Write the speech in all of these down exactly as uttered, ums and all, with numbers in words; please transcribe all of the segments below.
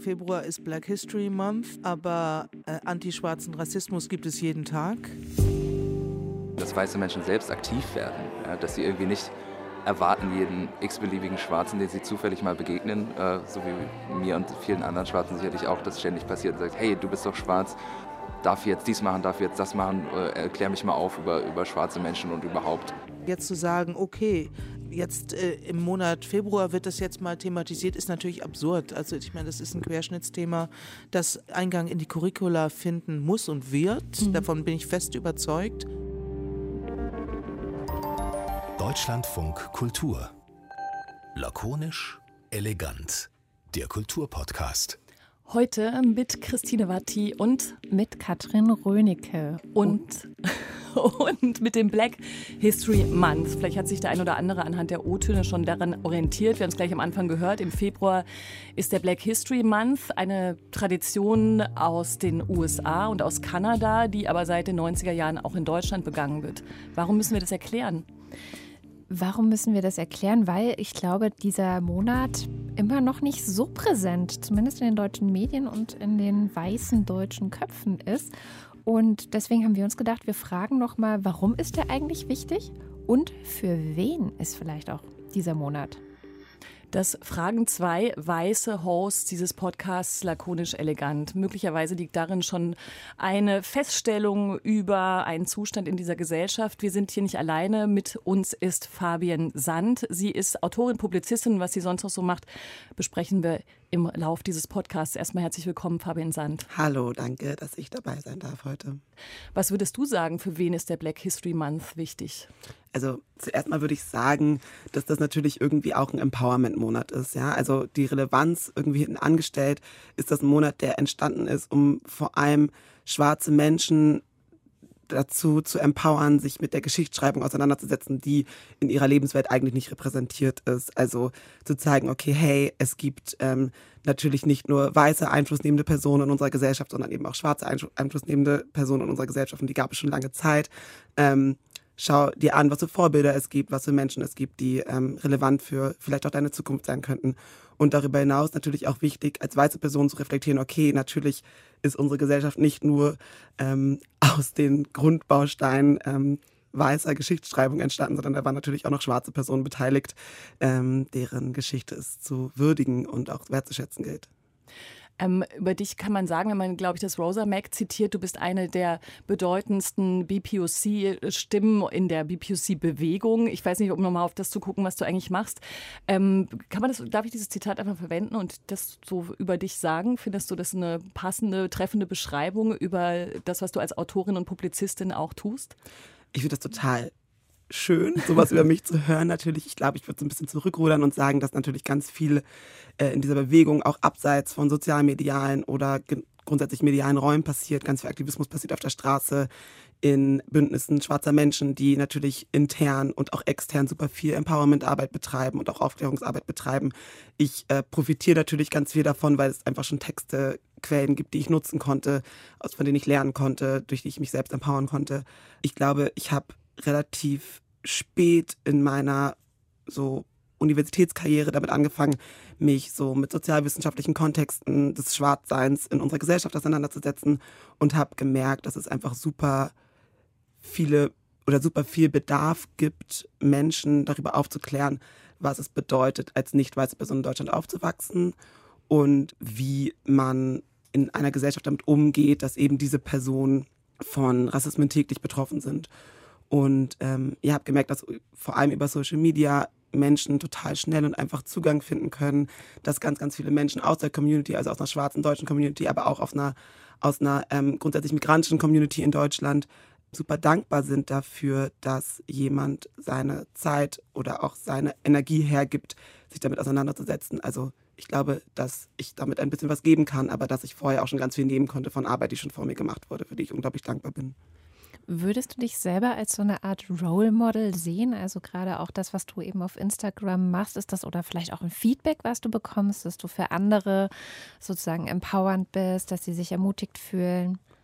Februar ist Black History Month, aber äh, antischwarzen Rassismus gibt es jeden Tag. Dass weiße Menschen selbst aktiv werden, ja, dass sie irgendwie nicht erwarten, jeden x-beliebigen Schwarzen, den sie zufällig mal begegnen, äh, so wie mir und vielen anderen Schwarzen sicherlich auch, das ständig passiert und sagt, hey, du bist doch schwarz, darf ich jetzt dies machen, darf ich jetzt das machen, äh, erklär mich mal auf über, über schwarze Menschen und überhaupt. Jetzt zu sagen, okay, jetzt äh, im Monat Februar wird das jetzt mal thematisiert, ist natürlich absurd. Also ich meine, das ist ein Querschnittsthema, das Eingang in die Curricula finden muss und wird. Mhm. Davon bin ich fest überzeugt. Deutschlandfunk Kultur. Lakonisch, elegant. Der Kulturpodcast. Heute mit Christine Watti und mit Katrin Rönecke und, und mit dem Black History Month. Vielleicht hat sich der ein oder andere anhand der O-Töne schon daran orientiert. Wir haben es gleich am Anfang gehört. Im Februar ist der Black History Month, eine Tradition aus den U S A und aus Kanada, die aber seit den neunziger Jahren auch in Deutschland begangen wird. Warum müssen wir das erklären? Warum müssen wir das erklären? Weil ich glaube, dieser Monat immer noch nicht so präsent, zumindest in den deutschen Medien und in den weißen deutschen Köpfen ist. Und deswegen haben wir uns gedacht, wir fragen noch mal, warum ist der eigentlich wichtig und für wen ist vielleicht auch dieser Monat? Das fragen zwei weiße Hosts dieses Podcasts lakonisch elegant. Möglicherweise liegt darin schon eine Feststellung über einen Zustand in dieser Gesellschaft. Wir sind hier nicht alleine. Mit uns ist Fabienne Sand. Sie ist Autorin, Publizistin. Was sie sonst noch so macht, besprechen wir im Lauf dieses Podcasts. Erstmal herzlich willkommen, Fabienne Sand. Hallo, danke, dass ich dabei sein darf heute. Was würdest du sagen, für wen ist der Black History Month wichtig? Also zuerst mal würde ich sagen, dass das natürlich irgendwie auch ein Empowerment-Monat ist. Ja? Also die Relevanz irgendwie hinten angestellt ist das ein Monat, der entstanden ist, um vor allem schwarze Menschen dazu zu empowern, sich mit der Geschichtsschreibung auseinanderzusetzen, die in ihrer Lebenswelt eigentlich nicht repräsentiert ist. Also zu zeigen, okay, hey, es gibt ähm, natürlich nicht nur weiße einflussnehmende Personen in unserer Gesellschaft, sondern eben auch schwarze einflussnehmende Personen in unserer Gesellschaft und die gab es schon lange Zeit. Ähm, Schau dir an, was für Vorbilder es gibt, was für Menschen es gibt, die ähm, relevant für vielleicht auch deine Zukunft sein könnten. Und darüber hinaus natürlich auch wichtig, als weiße Person zu reflektieren, okay, natürlich ist unsere Gesellschaft nicht nur ähm, aus den Grundbausteinen ähm, weißer Geschichtsschreibung entstanden, sondern da waren natürlich auch noch schwarze Personen beteiligt, ähm, deren Geschichte es zu würdigen und auch wertzuschätzen gilt. Ähm, über dich kann man sagen, wenn man, glaube ich, das Rosa Mac zitiert, du bist eine der bedeutendsten B P O C-Stimmen in der B P O C-Bewegung. Ich weiß nicht, um nochmal auf das zu gucken, was du eigentlich machst. Ähm, kann man das, darf ich dieses Zitat einfach verwenden und das so über dich sagen? Findest du das eine passende, treffende Beschreibung über das, was du als Autorin und Publizistin auch tust? Ich finde das total schön, sowas über mich zu hören natürlich. Ich glaube, ich würde so ein bisschen zurückrudern und sagen, dass natürlich ganz viel äh, in dieser Bewegung auch abseits von sozialmedialen oder ge- grundsätzlich medialen Räumen passiert. Ganz viel Aktivismus passiert auf der Straße, in Bündnissen schwarzer Menschen, die natürlich intern und auch extern super viel Empowerment-Arbeit betreiben und auch Aufklärungsarbeit betreiben. Ich äh, profitiere natürlich ganz viel davon, weil es einfach schon Texte, Quellen gibt, die ich nutzen konnte, aus von denen ich lernen konnte, durch die ich mich selbst empowern konnte. Ich glaube, ich habe relativ spät in meiner so Universitätskarriere damit angefangen, mich so mit sozialwissenschaftlichen Kontexten des Schwarzseins in unserer Gesellschaft auseinanderzusetzen und habe gemerkt, dass es einfach super viele oder super viel Bedarf gibt, Menschen darüber aufzuklären, was es bedeutet, als nicht weiße Person in Deutschland aufzuwachsen und wie man in einer Gesellschaft damit umgeht, dass eben diese Personen von Rassismen täglich betroffen sind. Und ähm, ihr habt gemerkt, dass vor allem über Social Media Menschen total schnell und einfach Zugang finden können, dass ganz, ganz viele Menschen aus der Community, also aus einer schwarzen deutschen Community, aber auch aus einer, aus einer ähm, grundsätzlich migrantischen Community in Deutschland super dankbar sind dafür, dass jemand seine Zeit oder auch seine Energie hergibt, sich damit auseinanderzusetzen. Also ich glaube, dass ich damit ein bisschen was geben kann, aber dass ich vorher auch schon ganz viel nehmen konnte von Arbeit, die schon vor mir gemacht wurde, für die ich unglaublich dankbar bin. Würdest du dich selber als so eine Art Role Model sehen? Also gerade auch das, was du eben auf Instagram machst, ist das oder vielleicht auch ein Feedback, was du bekommst, dass du für andere sozusagen empowernd bist, dass sie sich ermutigt fühlen?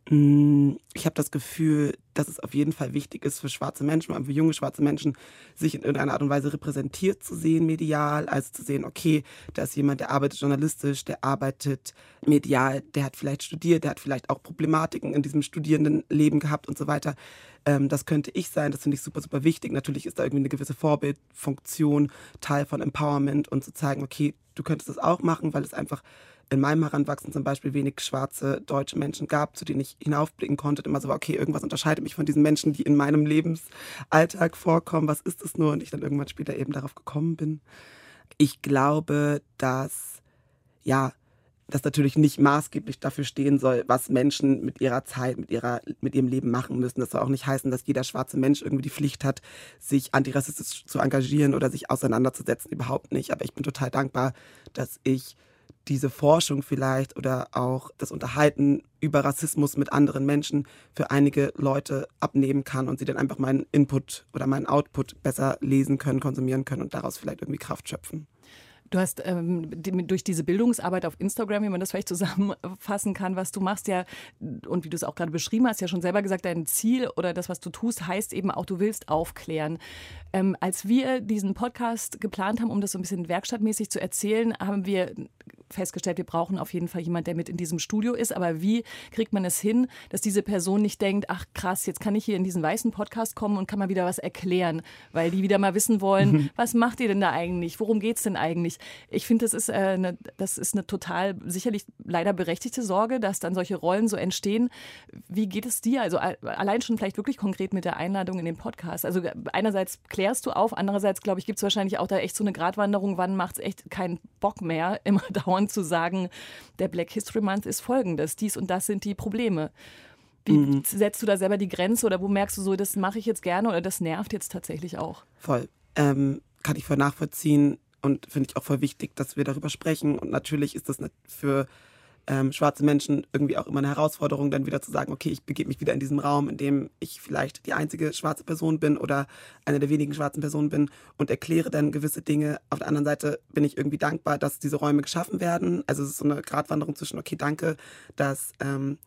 Ich habe das Gefühl, dass es auf jeden Fall wichtig ist für schwarze Menschen, vor allem für junge schwarze Menschen, sich in irgendeiner Art und Weise repräsentiert zu sehen medial. Also zu sehen, okay, da ist jemand, der arbeitet journalistisch, der arbeitet medial, der hat vielleicht studiert, der hat vielleicht auch Problematiken in diesem Studierendenleben gehabt und so weiter. Ähm, das könnte ich sein, das finde ich super, super wichtig. Natürlich ist da irgendwie eine gewisse Vorbildfunktion, Teil von Empowerment und zu zeigen, okay, du könntest das auch machen, weil es einfach in meinem Heranwachsen zum Beispiel wenig schwarze deutsche Menschen gab, zu denen ich hinaufblicken konnte. Immer so war, okay, irgendwas unterscheidet mich von diesen Menschen, die in meinem Lebensalltag vorkommen. Was ist das nur? Und ich dann irgendwann später eben darauf gekommen bin. Ich glaube, dass, ja, das natürlich nicht maßgeblich dafür stehen soll, was Menschen mit ihrer Zeit, mit ihrer, mit ihrem Leben machen müssen. Das soll auch nicht heißen, dass jeder schwarze Mensch irgendwie die Pflicht hat, sich antirassistisch zu engagieren oder sich auseinanderzusetzen. Überhaupt nicht. Aber ich bin total dankbar, dass ich diese Forschung vielleicht oder auch das Unterhalten über Rassismus mit anderen Menschen für einige Leute abnehmen kann und sie dann einfach meinen Input oder meinen Output besser lesen können, konsumieren können und daraus vielleicht irgendwie Kraft schöpfen. Du hast ähm, die, durch diese Bildungsarbeit auf Instagram, wie man das vielleicht zusammenfassen kann, was du machst, ja, und wie du es auch gerade beschrieben hast, ja schon selber gesagt, dein Ziel oder das, was du tust, heißt eben auch, du willst aufklären. Ähm, als wir diesen Podcast geplant haben, um das so ein bisschen werkstattmäßig zu erzählen, haben wir festgestellt, wir brauchen auf jeden Fall jemanden, der mit in diesem Studio ist. Aber wie kriegt man es hin, dass diese Person nicht denkt, ach krass, jetzt kann ich hier in diesen weißen Podcast kommen und kann mal wieder was erklären, weil die wieder mal wissen wollen, mhm. was macht ihr denn da eigentlich, worum geht es denn eigentlich? Ich finde, das ist, äh, eine, das ist eine total, sicherlich leider berechtigte Sorge, dass dann solche Rollen so entstehen. Wie geht es dir? Also allein schon vielleicht wirklich konkret mit der Einladung in den Podcast. Also einerseits klärst du auf, andererseits, glaube ich, gibt es wahrscheinlich auch da echt so eine Gratwanderung, wann macht es echt keinen Bock mehr, immer dauernd zu sagen, der Black History Month ist folgendes, dies und das sind die Probleme. Wie mhm. setzt du da selber die Grenze oder wo merkst du so, das mache ich jetzt gerne oder das nervt jetzt tatsächlich auch? Voll. Ähm, kann ich voll nachvollziehen und finde ich auch voll wichtig, dass wir darüber sprechen. Und natürlich ist das für ähm, schwarze Menschen irgendwie auch immer eine Herausforderung, dann wieder zu sagen, okay, ich begebe mich wieder in diesen Raum, in dem ich vielleicht die einzige schwarze Person bin oder eine der wenigen schwarzen Personen bin und erkläre dann gewisse Dinge. Auf der anderen Seite bin ich irgendwie dankbar, dass diese Räume geschaffen werden. Also es ist so eine Gratwanderung zwischen, okay, danke, dass ähm,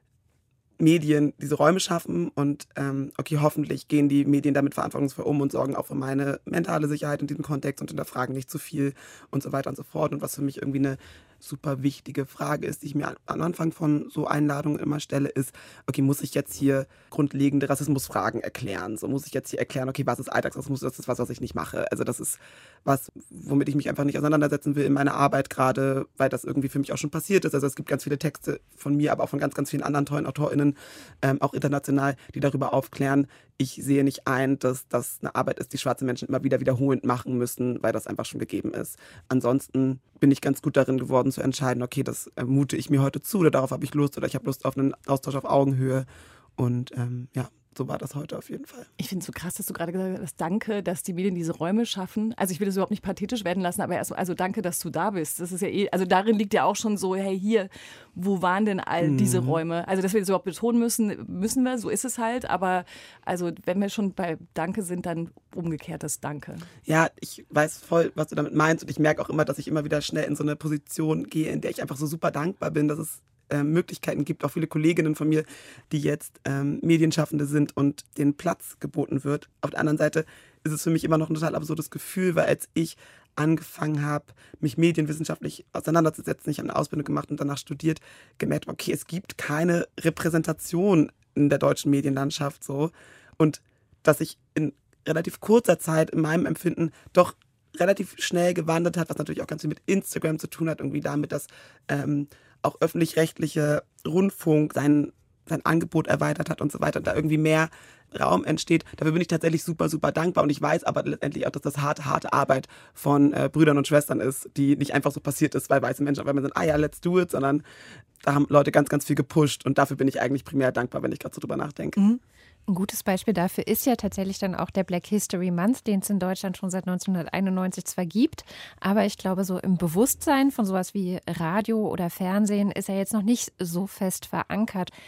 Medien diese Räume schaffen und ähm, okay, hoffentlich gehen die Medien damit verantwortungsvoll um und sorgen auch für meine mentale Sicherheit in diesem Kontext und hinterfragen nicht zu viel und so weiter und so fort. Und was für mich irgendwie eine super wichtige Frage ist, die ich mir am Anfang von so Einladungen immer stelle, ist, okay, muss ich jetzt hier grundlegende Rassismusfragen erklären? So muss ich jetzt hier erklären, okay, was ist Alltagsrassismus? Das ist was, was ich nicht mache. Also das ist was, womit ich mich einfach nicht auseinandersetzen will in meiner Arbeit gerade, weil das irgendwie für mich auch schon passiert ist. Also es gibt ganz viele Texte von mir, aber auch von ganz, ganz vielen anderen tollen AutorInnen, ähm, auch international, die darüber aufklären. Ich sehe nicht ein, dass das eine Arbeit ist, die schwarze Menschen immer wieder wiederholend machen müssen, weil das einfach schon gegeben ist. Ansonsten bin ich ganz gut darin geworden zu entscheiden, okay, das äh, mute ich mir heute zu oder darauf habe ich Lust oder ich habe Lust auf einen Austausch auf Augenhöhe. Und ähm, ja, so war das heute auf jeden Fall. Ich finde es so krass, dass du gerade gesagt hast, danke, dass die Medien diese Räume schaffen. Also ich will das überhaupt nicht pathetisch werden lassen, aber erst, also danke, dass du da bist. Das ist ja eh, also darin liegt ja auch schon so, hey, hier, wo waren denn all mhm. diese Räume? Also dass wir das überhaupt betonen müssen, müssen wir, so ist es halt. Aber also wenn wir schon bei Danke sind, dann umgekehrt das Danke. Ja, ich weiß voll, was du damit meinst und ich merke auch immer, dass ich immer wieder schnell in so eine Position gehe, in der ich einfach so super dankbar bin, dass es Möglichkeiten gibt, auch viele Kolleginnen von mir, die jetzt ähm, Medienschaffende sind und denen Platz geboten wird. Auf der anderen Seite ist es für mich immer noch ein total absurdes Gefühl, weil als ich angefangen habe, mich medienwissenschaftlich auseinanderzusetzen, ich habe eine Ausbildung gemacht und danach studiert, gemerkt, okay, es gibt keine Repräsentation in der deutschen Medienlandschaft so und dass ich in relativ kurzer Zeit in meinem Empfinden doch relativ schnell gewandert hat, was natürlich auch ganz viel mit Instagram zu tun hat, irgendwie damit, dass ähm, auch öffentlich-rechtliche Rundfunk sein, sein Angebot erweitert hat und so weiter und da irgendwie mehr Raum entsteht. Dafür bin ich tatsächlich super, super dankbar und ich weiß aber letztendlich auch, dass das harte, harte Arbeit von äh, Brüdern und Schwestern ist, die nicht einfach so passiert ist, weil weiße Menschen auf einmal sind, ah ja, let's do it, sondern da haben Leute ganz, ganz viel gepusht und dafür bin ich eigentlich primär dankbar, wenn ich gerade so drüber nachdenke. Mhm. Ein gutes Beispiel dafür ist ja tatsächlich dann auch der Black History Month, den es in Deutschland schon seit neunzehnhunderteinundneunzig zwar gibt, aber ich glaube, so im Bewusstsein von sowas wie Radio oder Fernsehen ist er jetzt noch nicht so fest verankert.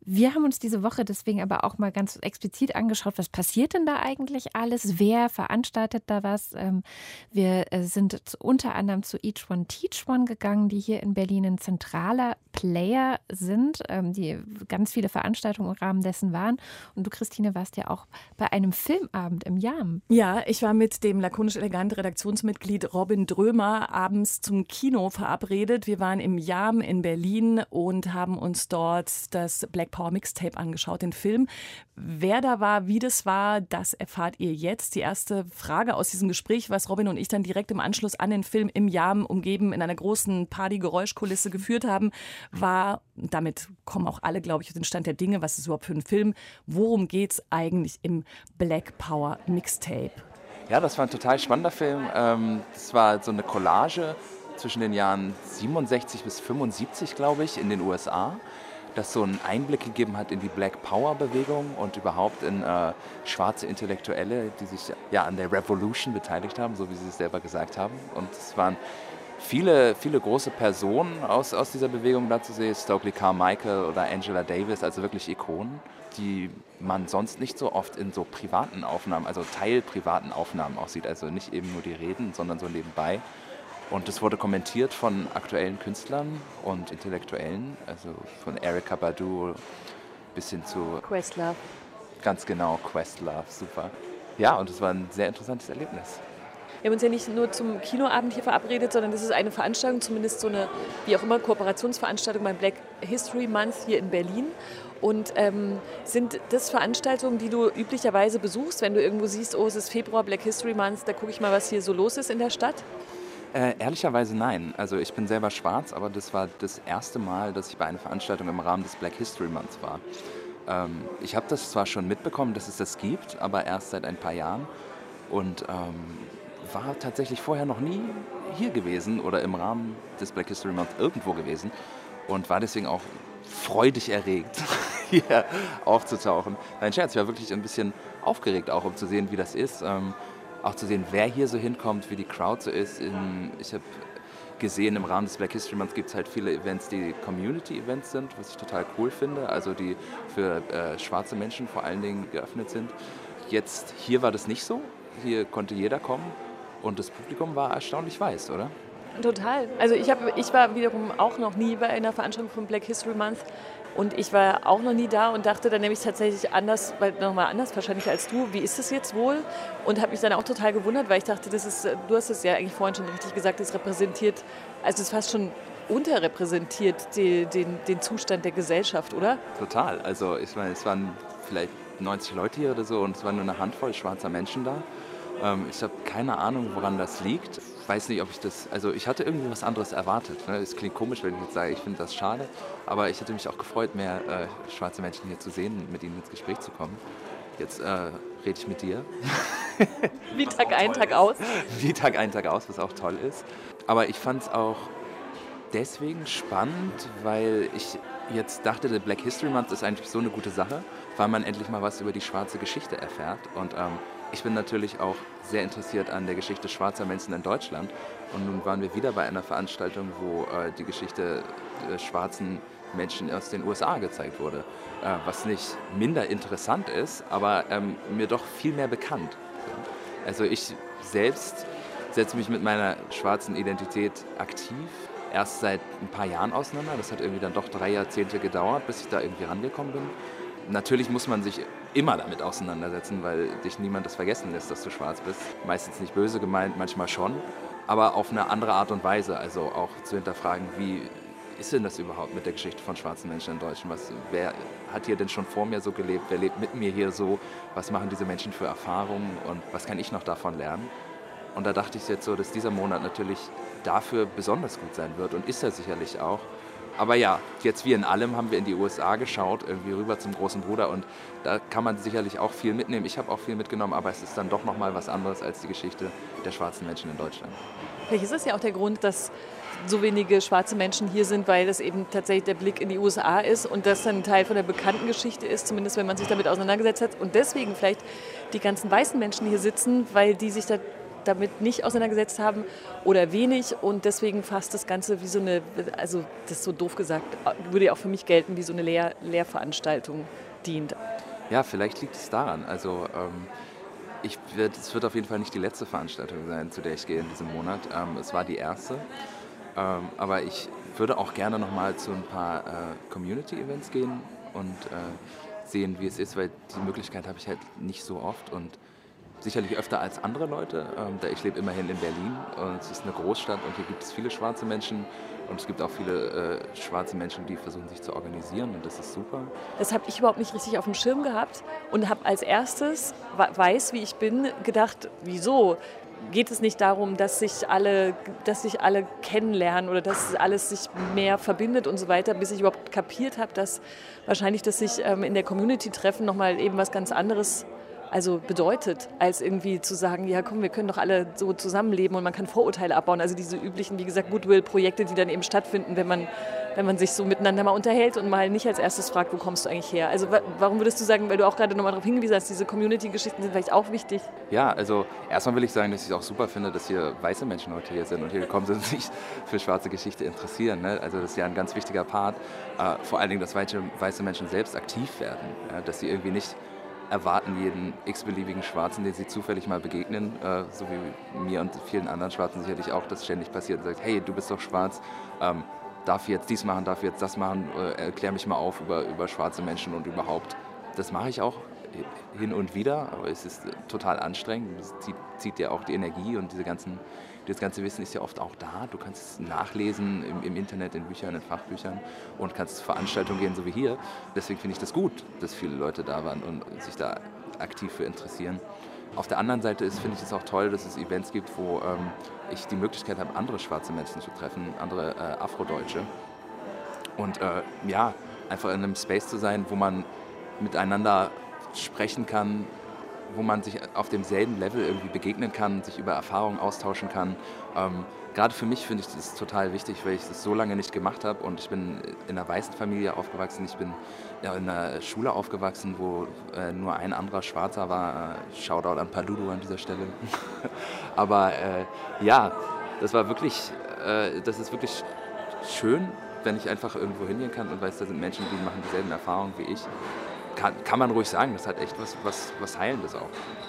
Wir haben uns diese Woche deswegen aber auch mal ganz explizit angeschaut, was passiert denn da eigentlich alles? Wer veranstaltet da was? Wir sind unter anderem zu Each One Teach One gegangen, die hier in Berlin ein zentraler Player sind, die ganz viele Veranstaltungen im Rahmen dessen waren. Und du, Christine, warst ja auch bei einem Filmabend im Jam. Ja, ich war mit dem lakonisch elegant Redaktionsmitglied Robin Drömer abends zum Kino verabredet. Wir waren im Jam in Berlin und haben uns dort das Black Power Mixtape angeschaut, den Film. Wer da war, wie das war, das erfahrt ihr jetzt. Die erste Frage aus diesem Gespräch, was Robin und ich dann direkt im Anschluss an den Film im Jam umgeben in einer großen Party-Geräuschkulisse geführt haben, war, damit kommen auch alle, glaube ich, auf den Stand der Dinge, was ist überhaupt für ein Film, worum geht es eigentlich im Black Power Mixtape? Ja, das war ein total spannender Film. Das war so eine Collage zwischen den Jahren siebenundsechzig bis fünfundsiebzig, glaube ich, in den U S A, das so einen Einblick gegeben hat in die Black Power Bewegung und überhaupt in äh, schwarze Intellektuelle, die sich ja an der Revolution beteiligt haben, so wie sie es selber gesagt haben. Und es waren viele, viele große Personen aus, aus dieser Bewegung da zu sehen, Stokely Carmichael oder Angela Davis, also wirklich Ikonen, die man sonst nicht so oft in so privaten Aufnahmen, also teilprivaten Aufnahmen auch sieht, also nicht eben nur die Reden, sondern so nebenbei. Und es wurde kommentiert von aktuellen Künstlern und Intellektuellen, also von Erykah Badu bis hin zu Questlove. Ganz genau, Questlove, super. Ja, und es war ein sehr interessantes Erlebnis. Wir haben uns ja nicht nur zum Kinoabend hier verabredet, sondern das ist eine Veranstaltung, zumindest so eine, wie auch immer, Kooperationsveranstaltung beim Black History Month hier in Berlin. Und ähm, sind das Veranstaltungen, die du üblicherweise besuchst, wenn du irgendwo siehst, oh, es ist Februar, Black History Month, da gucke ich mal, was hier so los ist in der Stadt? Äh, ehrlicherweise nein. Also ich bin selber schwarz, aber das war das erste Mal, dass ich bei einer Veranstaltung im Rahmen des Black History Month war. Ähm, ich habe das zwar schon mitbekommen, dass es das gibt, aber erst seit ein paar Jahren und ähm, war tatsächlich vorher noch nie hier gewesen oder im Rahmen des Black History Month irgendwo gewesen und war deswegen auch freudig erregt, hier aufzutauchen. Nein, Scherz, ich war wirklich ein bisschen aufgeregt auch, um zu sehen, wie das ist. Ähm, auch zu sehen, wer hier so hinkommt, wie die Crowd so ist. In, ich habe gesehen, im Rahmen des Black History Month gibt es halt viele Events, die Community-Events sind, was ich total cool finde, also die für äh, schwarze Menschen vor allen Dingen geöffnet sind. Jetzt, hier war das nicht so, hier konnte jeder kommen und das Publikum war erstaunlich weiß, oder? Total. Also ich, hab, ich war wiederum auch noch nie bei einer Veranstaltung von Black History Month und ich war auch noch nie da und dachte dann nämlich tatsächlich anders, weil nochmal anders wahrscheinlich als du, wie ist das jetzt wohl? Und habe mich dann auch total gewundert, weil ich dachte, das ist, du hast es ja eigentlich vorhin schon richtig gesagt, das repräsentiert, also es fast schon unterrepräsentiert die, den, den Zustand der Gesellschaft, oder? Total. Also ich meine, es waren vielleicht neunzig Leute hier oder so und es war nur eine Handvoll schwarzer Menschen da. Ich habe keine Ahnung, woran das liegt. Ich weiß nicht, ob ich das, also ich hatte irgendwie was anderes erwartet. Es klingt komisch, wenn ich jetzt sage, ich finde das schade, aber ich hätte mich auch gefreut, mehr äh, schwarze Menschen hier zu sehen und mit ihnen ins Gespräch zu kommen. Jetzt äh, rede ich mit dir. Wie Tag ein, Tag aus. Wie Tag ein, Tag aus, was auch toll ist. Aber ich fand es auch deswegen spannend, weil ich jetzt dachte, der Black History Month ist eigentlich so eine gute Sache, weil man endlich mal was über die schwarze Geschichte erfährt. Und ähm, ich bin natürlich auch sehr interessiert an der Geschichte schwarzer Menschen in Deutschland. Und nun waren wir wieder bei einer Veranstaltung, wo äh, die Geschichte der schwarzen Menschen aus den U S A gezeigt wurde. Äh, was nicht minder interessant ist, aber ähm, mir doch viel mehr bekannt. Also ich selbst setze mich mit meiner schwarzen Identität aktiv erst seit ein paar Jahren auseinander. Das hat irgendwie dann doch drei Jahrzehnte gedauert, bis ich da irgendwie rangekommen bin. Natürlich muss man sich immer damit auseinandersetzen, weil dich niemand das vergessen lässt, dass du schwarz bist. Meistens nicht böse gemeint, manchmal schon, aber auf eine andere Art und Weise. Also auch zu hinterfragen, wie ist denn das überhaupt mit der Geschichte von schwarzen Menschen in Deutschland? Was, wer hat hier denn schon vor mir so gelebt? Wer lebt mit mir hier so? Was machen diese Menschen für Erfahrungen und was kann ich noch davon lernen? Und da dachte ich jetzt so, dass dieser Monat natürlich dafür besonders gut sein wird und ist er sicherlich auch. Aber ja, jetzt wie in allem haben wir in die U S A geschaut, irgendwie rüber zum großen Bruder und da kann man sicherlich auch viel mitnehmen. Ich habe auch viel mitgenommen, aber es ist dann doch nochmal was anderes als die Geschichte der schwarzen Menschen in Deutschland. Vielleicht ist es ja auch der Grund, dass so wenige schwarze Menschen hier sind, weil das eben tatsächlich der Blick in die U S A ist und das dann ein Teil von der bekannten Geschichte ist, zumindest wenn man sich damit auseinandergesetzt hat. Und deswegen vielleicht die ganzen weißen Menschen hier sitzen, weil die sich da damit nicht auseinandergesetzt haben oder wenig und deswegen fast das Ganze wie so eine, also das ist so doof gesagt, würde ja auch für mich gelten, wie so eine Lehr- Lehrveranstaltung dient. Ja, vielleicht liegt es daran. Also ähm, ich werd, es wird auf jeden Fall nicht die letzte Veranstaltung sein, zu der ich gehe in diesem Monat. Ähm, es war die erste, ähm, aber ich würde auch gerne nochmal zu ein paar äh, Community-Events gehen und äh, sehen, wie es ist, weil die Möglichkeit habe ich halt nicht so oft und sicherlich öfter als andere Leute, ähm, da ich lebe immerhin in Berlin und es ist eine Großstadt und hier gibt es viele schwarze Menschen und es gibt auch viele äh, schwarze Menschen, die versuchen sich zu organisieren und das ist super. Das habe ich überhaupt nicht richtig auf dem Schirm gehabt und habe als erstes, weiß wie ich bin, gedacht, wieso? Geht es nicht darum, dass sich alle, dass sich alle kennenlernen oder dass alles sich mehr verbindet und so weiter, bis ich überhaupt kapiert habe, dass wahrscheinlich das sich ähm, in der Community treffen nochmal eben was ganz anderes also bedeutet, als irgendwie zu sagen, ja komm, wir können doch alle so zusammenleben und man kann Vorurteile abbauen. Also diese üblichen, wie gesagt, Goodwill-Projekte, die dann eben stattfinden, wenn man, wenn man sich so miteinander mal unterhält und mal nicht als erstes fragt, wo kommst du eigentlich her? Also warum würdest du sagen, weil du auch gerade nochmal darauf hingewiesen hast, diese Community-Geschichten sind vielleicht auch wichtig? Ja, also erstmal will ich sagen, dass ich es auch super finde, dass hier weiße Menschen heute hier sind und hier gekommen sind und sich für schwarze Geschichte interessieren. Ne? Also das ist ja ein ganz wichtiger Part. Äh, vor allen Dingen, dass weiße, weiße Menschen selbst aktiv werden, ja? Dass sie irgendwie nicht erwarten jeden x-beliebigen Schwarzen, den sie zufällig mal begegnen, äh, so wie mir und vielen anderen Schwarzen sicherlich auch, das ständig passiert und sagt, hey, du bist doch schwarz, ähm, darf ich jetzt dies machen, darf ich jetzt das machen, äh, erklär mich mal auf über, über schwarze Menschen und überhaupt. Das mache ich auch hin und wieder, aber es ist total anstrengend, es zieht, zieht ja auch die Energie und diese ganzen, das ganze Wissen ist ja oft auch da. Du kannst es nachlesen im, im Internet, in Büchern, in Fachbüchern und kannst zu Veranstaltungen gehen, so wie hier. Deswegen finde ich das gut, dass viele Leute da waren und sich da aktiv für interessieren. Auf der anderen Seite ist, finde ich es auch toll, dass es Events gibt, wo ähm, ich die Möglichkeit habe, andere schwarze Menschen zu treffen, andere äh, Afrodeutsche. Und äh, ja, einfach in einem Space zu sein, wo man miteinander sprechen kann, wo man sich auf demselben Level irgendwie begegnen kann, sich über Erfahrungen austauschen kann. Ähm, gerade für mich finde ich das total wichtig, weil ich das so lange nicht gemacht habe und ich bin in einer weißen Familie aufgewachsen, ich bin ja, in einer Schule aufgewachsen, wo äh, nur ein anderer Schwarzer war. Äh, Shoutout an Paludu an dieser Stelle. Aber äh, ja, das war wirklich, äh, das ist wirklich schön, wenn ich einfach irgendwo hingehen kann und weiß, da sind Menschen, die machen dieselben Erfahrungen wie ich. Kann, kann man ruhig sagen, das hat echt was, was, was Heilendes auch.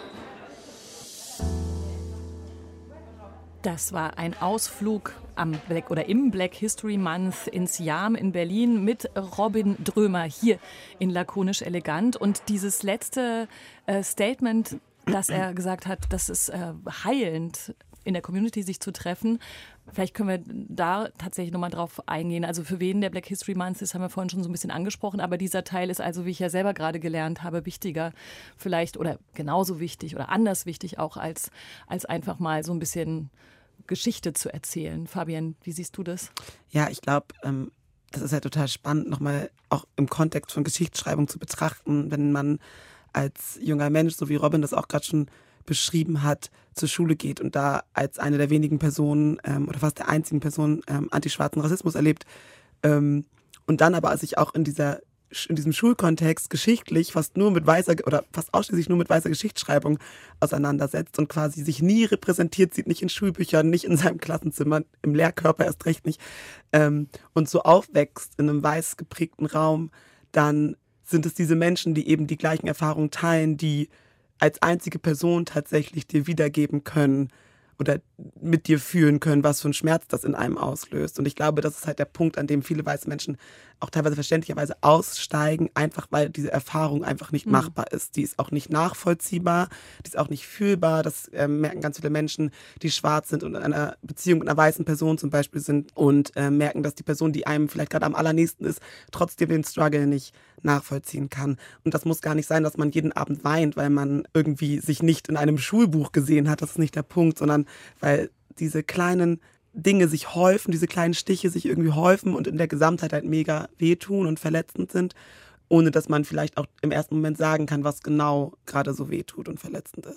Das war ein Ausflug am Black oder im Black History Month ins Jam in Berlin mit Robin Drömer hier in Lakonisch Elegant. Und dieses letzte äh, Statement, das er gesagt hat, das ist äh, heilend, in der Community sich zu treffen. Vielleicht können wir da tatsächlich nochmal drauf eingehen. Also für wen der Black History Month ist, haben wir vorhin schon so ein bisschen angesprochen. Aber dieser Teil ist also, wie ich ja selber gerade gelernt habe, wichtiger vielleicht oder genauso wichtig oder anders wichtig auch als, als einfach mal so ein bisschen Geschichte zu erzählen. Fabian, wie siehst du das? Ja, ich glaube, ähm, das ist ja total spannend, nochmal auch im Kontext von Geschichtsschreibung zu betrachten, wenn man als junger Mensch, so wie Robin das auch gerade schon beschrieben hat, zur Schule geht und da als eine der wenigen Personen ähm, oder fast der einzigen Person ähm, antischwarzen Rassismus erlebt ähm, und dann aber sich auch in dieser in diesem Schulkontext geschichtlich fast nur mit weißer oder fast ausschließlich nur mit weißer Geschichtsschreibung auseinandersetzt und quasi sich nie repräsentiert sieht, nicht in Schulbüchern, nicht in seinem Klassenzimmer, im Lehrkörper erst recht nicht ähm, und so aufwächst in einem weiß geprägten Raum, dann sind es diese Menschen, die eben die gleichen Erfahrungen teilen, die als einzige Person tatsächlich dir wiedergeben können oder mit dir fühlen können, was für einen Schmerz das in einem auslöst. Und ich glaube, das ist halt der Punkt, an dem viele weiße Menschen auch teilweise verständlicherweise aussteigen, einfach weil diese Erfahrung einfach nicht mhm. machbar ist. Die ist auch nicht nachvollziehbar, die ist auch nicht fühlbar. Das äh, merken ganz viele Menschen, die schwarz sind und in einer Beziehung mit einer weißen Person zum Beispiel sind und äh, merken, dass die Person, die einem vielleicht gerade am allernächsten ist, trotzdem den Struggle nicht nachvollziehen kann. Und das muss gar nicht sein, dass man jeden Abend weint, weil man irgendwie sich nicht in einem Schulbuch gesehen hat. Das ist nicht der Punkt, sondern weil diese kleinen Dinge sich häufen, diese kleinen Stiche sich irgendwie häufen und in der Gesamtheit halt mega wehtun und verletzend sind, ohne dass man vielleicht auch im ersten Moment sagen kann, was genau gerade so wehtut und verletzend ist.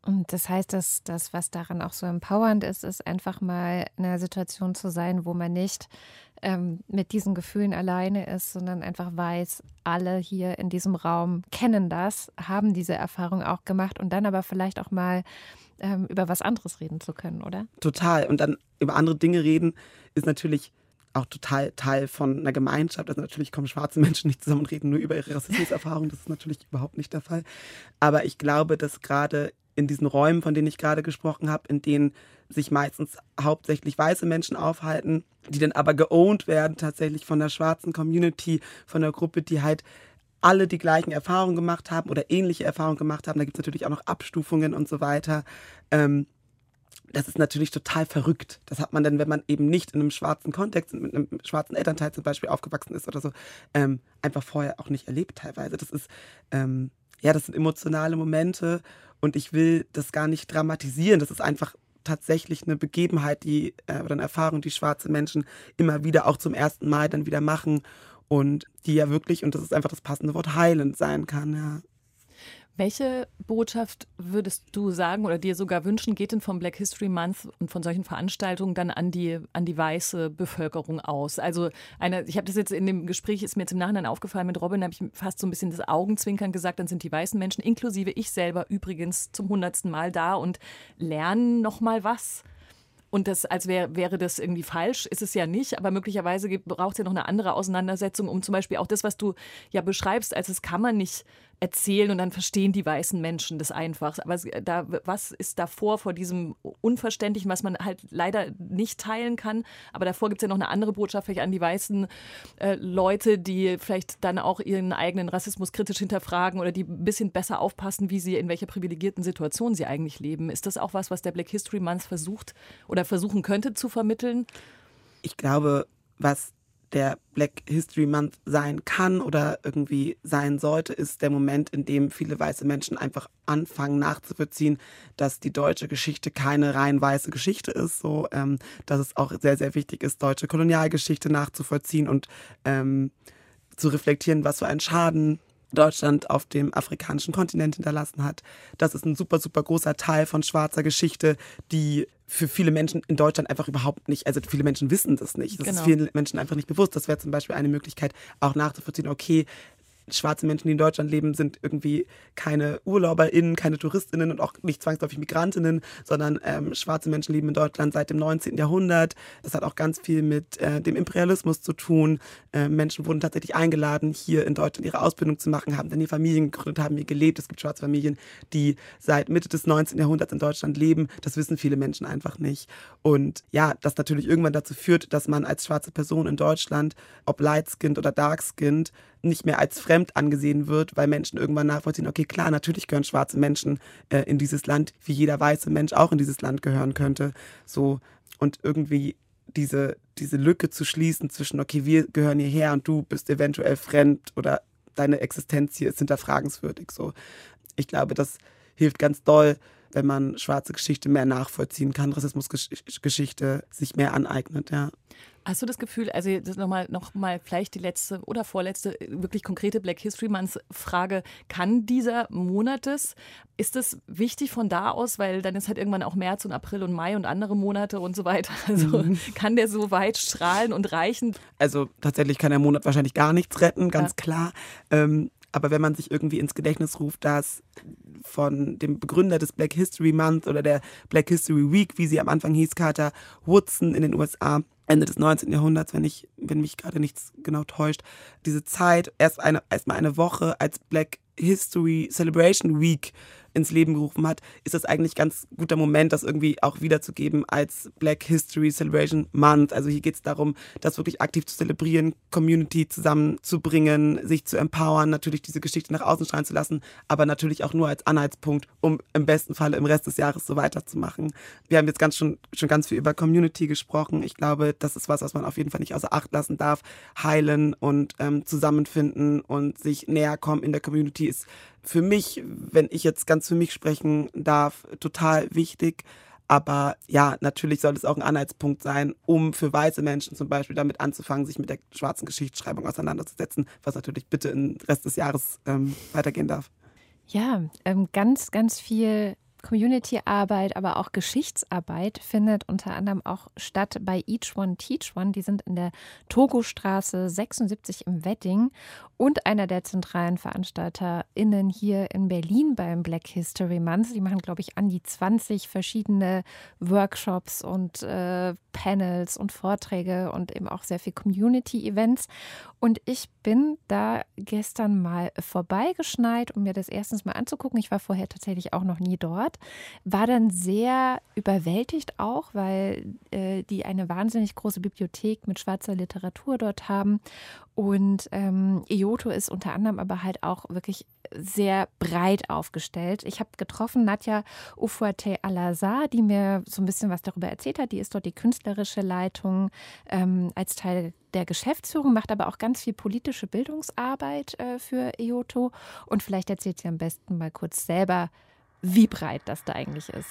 Und das heißt, dass das, was daran auch so empowernd ist, ist einfach mal in einer Situation zu sein, wo man nicht ähm, mit diesen Gefühlen alleine ist, sondern einfach weiß, alle hier in diesem Raum kennen das, haben diese Erfahrung auch gemacht und dann aber vielleicht auch mal ähm, über was anderes reden zu können, oder? Total. Und dann über andere Dinge reden ist natürlich auch total Teil von einer Gemeinschaft. Also natürlich kommen schwarze Menschen nicht zusammen und reden nur über ihre Rassismuserfahrung. Das ist natürlich überhaupt nicht der Fall. Aber ich glaube, dass gerade in diesen Räumen, von denen ich gerade gesprochen habe, in denen sich meistens hauptsächlich weiße Menschen aufhalten, die dann aber geowned werden tatsächlich von der schwarzen Community, von der Gruppe, die halt alle die gleichen Erfahrungen gemacht haben oder ähnliche Erfahrungen gemacht haben. Da gibt es natürlich auch noch Abstufungen und so weiter. Ähm, das ist natürlich total verrückt. Das hat man dann, wenn man eben nicht in einem schwarzen Kontext, mit einem schwarzen Elternteil zum Beispiel aufgewachsen ist oder so, ähm, einfach vorher auch nicht erlebt teilweise. Das ist, ähm, ja, das sind emotionale Momente. Und ich will das gar nicht dramatisieren. Das ist einfach tatsächlich eine Begebenheit, die äh, oder eine Erfahrung, die schwarze Menschen immer wieder auch zum ersten Mal dann wieder machen und die ja wirklich, und das ist einfach das passende Wort, heilend sein kann. Ja. Welche Botschaft würdest du sagen oder dir sogar wünschen, geht denn vom Black History Month und von solchen Veranstaltungen dann an die, an die weiße Bevölkerung aus? Also eine, ich habe das jetzt in dem Gespräch, ist mir jetzt im Nachhinein aufgefallen mit Robin, da habe ich fast so ein bisschen das Augenzwinkern gesagt, dann sind die weißen Menschen, inklusive ich selber übrigens zum hundertsten Mal da und lernen noch mal was. Und das, als wär, wäre das irgendwie falsch, ist es ja nicht, aber möglicherweise braucht es ja noch eine andere Auseinandersetzung, um zum Beispiel auch das, was du ja beschreibst, als das kann man nicht erzählen und dann verstehen die weißen Menschen das einfach. Aber da, was ist davor, vor diesem Unverständlichen, was man halt leider nicht teilen kann, aber davor gibt es ja noch eine andere Botschaft vielleicht an die weißen äh, Leute, die vielleicht dann auch ihren eigenen Rassismus kritisch hinterfragen oder die ein bisschen besser aufpassen, wie sie, in welcher privilegierten Situation sie eigentlich leben. Ist das auch was, was der Black History Month versucht oder versuchen könnte zu vermitteln? Ich glaube, was der Black History Month sein kann oder irgendwie sein sollte, ist der Moment, in dem viele weiße Menschen einfach anfangen nachzuvollziehen, dass die deutsche Geschichte keine rein weiße Geschichte ist, so ähm, dass es auch sehr, sehr wichtig ist, deutsche Kolonialgeschichte nachzuvollziehen und ähm, zu reflektieren, was für einen Schaden Deutschland auf dem afrikanischen Kontinent hinterlassen hat. Das ist ein super, super großer Teil von schwarzer Geschichte, die für viele Menschen in Deutschland einfach überhaupt nicht, also viele Menschen wissen das nicht. Das genau. ist vielen Menschen einfach nicht bewusst. Das wäre zum Beispiel eine Möglichkeit, auch nachzuvollziehen, okay, schwarze Menschen, die in Deutschland leben, sind irgendwie keine UrlauberInnen, keine TouristInnen und auch nicht zwangsläufig MigrantInnen, sondern ähm, schwarze Menschen leben in Deutschland seit dem neunzehnten Jahrhundert. Das hat auch ganz viel mit äh, dem Imperialismus zu tun. Äh, Menschen wurden tatsächlich eingeladen, hier in Deutschland ihre Ausbildung zu machen, haben dann die Familien gegründet, haben hier gelebt. Es gibt schwarze Familien, die seit Mitte des neunzehnten Jahrhunderts in Deutschland leben. Das wissen viele Menschen einfach nicht. Und ja, das natürlich irgendwann dazu führt, dass man als schwarze Person in Deutschland, ob light-skinned oder dark-skinned, nicht mehr als fremd angesehen wird, weil Menschen irgendwann nachvollziehen, okay, klar, natürlich gehören schwarze Menschen äh, in dieses Land, wie jeder weiße Mensch auch in dieses Land gehören könnte. So, und irgendwie diese, diese Lücke zu schließen zwischen, okay, wir gehören hierher und du bist eventuell fremd oder deine Existenz hier ist hinterfragenswürdig. So. Ich glaube, das hilft ganz doll, wenn man schwarze Geschichte mehr nachvollziehen kann, Rassismusgeschichte sich mehr aneignet, ja. Hast du das Gefühl, also das nochmal noch mal vielleicht die letzte oder vorletzte wirklich konkrete Black History Month Frage, kann dieser Monat es, ist das wichtig von da aus, weil dann ist halt irgendwann auch März und April und Mai und andere Monate und so weiter, also mhm. kann der so weit strahlen und reichen? Also tatsächlich kann der Monat wahrscheinlich gar nichts retten, ganz ja. klar. Ähm, aber wenn man sich irgendwie ins Gedächtnis ruft, dass von dem Begründer des Black History Month oder der Black History Week, wie sie am Anfang hieß, Carter Woodson in den U S A, Ende des neunzehnten Jahrhunderts, wenn ich, wenn mich gerade nichts genau täuscht, diese Zeit, erst eine, erstmal eine Woche als Black History Celebration Week ins Leben gerufen hat, ist das eigentlich ganz guter Moment, das irgendwie auch wiederzugeben als Black History Celebration Month. Also hier geht es darum, das wirklich aktiv zu zelebrieren, Community zusammenzubringen, sich zu empowern, natürlich diese Geschichte nach außen strahlen zu lassen, aber natürlich auch nur als Anhaltspunkt, um im besten Fall im Rest des Jahres so weiterzumachen. Wir haben jetzt ganz schon, schon ganz viel über Community gesprochen. Ich glaube, das ist was, was man auf jeden Fall nicht außer Acht lassen darf. Heilen und ähm, zusammenfinden und sich näher kommen in der Community ist für mich, wenn ich jetzt ganz für mich sprechen darf, total wichtig. Aber ja, natürlich soll es auch ein Anhaltspunkt sein, um für weiße Menschen zum Beispiel damit anzufangen, sich mit der schwarzen Geschichtsschreibung auseinanderzusetzen, was natürlich bitte im Rest des Jahres ähm, weitergehen darf. Ja, ähm, ganz, ganz viel Community-Arbeit, aber auch Geschichtsarbeit findet unter anderem auch statt bei Each One Teach One. Die sind in der Togostraße sechsundsiebzig im Wedding und einer der zentralen VeranstalterInnen hier in Berlin beim Black History Month. Die machen, glaube ich, an die zwanzig verschiedene Workshops und äh, Panels und Vorträge und eben auch sehr viel Community-Events. Und ich bin da gestern mal vorbeigeschneit, um mir das erstens mal anzugucken. Ich war vorher tatsächlich auch noch nie dort. War dann sehr überwältigt auch, weil äh, die eine wahnsinnig große Bibliothek mit schwarzer Literatur dort haben. Und ähm, Eyoto ist unter anderem aber halt auch wirklich sehr breit aufgestellt. Ich habe getroffen Nadja Ufouaté-Alazar, die mir so ein bisschen was darüber erzählt hat. Die ist dort die künstlerische Leitung ähm, als Teil der Geschäftsführung, macht aber auch ganz viel politische Bildungsarbeit äh, für Eyoto. Und vielleicht erzählt sie am besten mal kurz selber, wie breit das da eigentlich ist.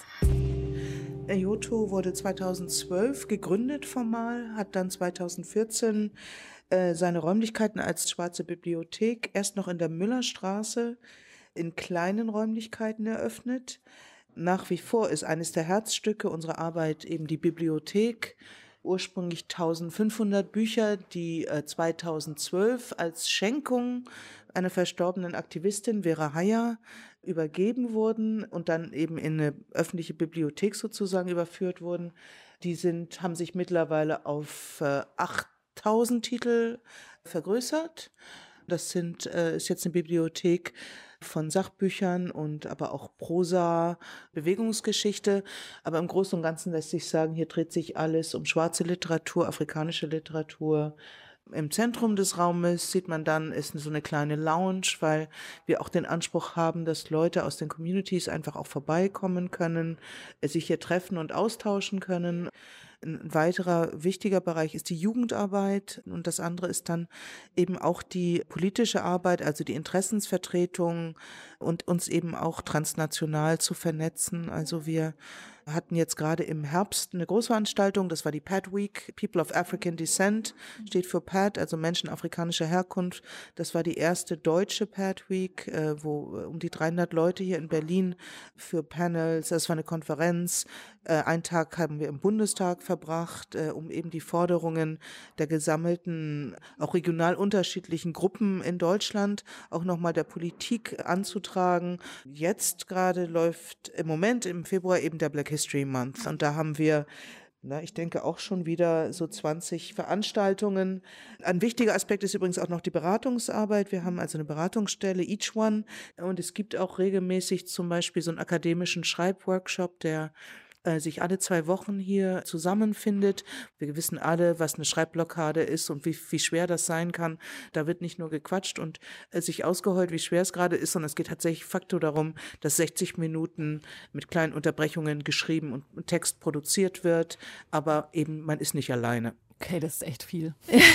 Eyoto wurde zweitausendzwölf gegründet formal, hat dann zweitausendvierzehn äh, seine Räumlichkeiten als Schwarze Bibliothek erst noch in der Müllerstraße in kleinen Räumlichkeiten eröffnet. Nach wie vor ist eines der Herzstücke unserer Arbeit eben die Bibliothek. Ursprünglich eintausendfünfhundert Bücher, die äh, zweitausendzwölf als Schenkung einer verstorbenen Aktivistin, Vera Haya, übergeben wurden und dann eben in eine öffentliche Bibliothek sozusagen überführt wurden. Die sind, haben sich mittlerweile auf äh, achttausend Titel vergrößert. Das sind, äh, ist jetzt eine Bibliothek von Sachbüchern und aber auch Prosa, Bewegungsgeschichte. Aber im Großen und Ganzen lässt sich sagen, hier dreht sich alles um schwarze Literatur, afrikanische Literatur. Im Zentrum des Raumes sieht man dann, ist so eine kleine Lounge, weil wir auch den Anspruch haben, dass Leute aus den Communities einfach auch vorbeikommen können, sich hier treffen und austauschen können. Ein weiterer wichtiger Bereich ist die Jugendarbeit und das andere ist dann eben auch die politische Arbeit, also die Interessensvertretung und uns eben auch transnational zu vernetzen. Also wir hatten jetzt gerade im Herbst eine Großveranstaltung, das war die P A D Week, People of African Descent, steht für P A D, also Menschen afrikanischer Herkunft. Das war die erste deutsche P A D Week, äh, wo um die dreihundert Leute hier in Berlin für Panels, das war eine Konferenz. Äh, einen Tag haben wir im Bundestag verbracht, äh, um eben die Forderungen der gesammelten, auch regional unterschiedlichen Gruppen in Deutschland auch nochmal der Politik anzutragen. Jetzt gerade läuft im Moment im Februar eben der Black History Month und da haben wir, na, ich denke auch schon wieder so zwanzig Veranstaltungen. Ein wichtiger Aspekt ist übrigens auch noch die Beratungsarbeit. Wir haben also eine Beratungsstelle, Each One, und es gibt auch regelmäßig zum Beispiel so einen akademischen Schreibworkshop, der sich alle zwei Wochen hier zusammenfindet. Wir wissen alle, was eine Schreibblockade ist und wie, wie schwer das sein kann. Da wird nicht nur gequatscht und äh, sich ausgeheult, wie schwer es gerade ist, sondern es geht tatsächlich facto darum, dass sechzig Minuten mit kleinen Unterbrechungen geschrieben und, und Text produziert wird, aber eben man ist nicht alleine. Okay, das ist echt viel.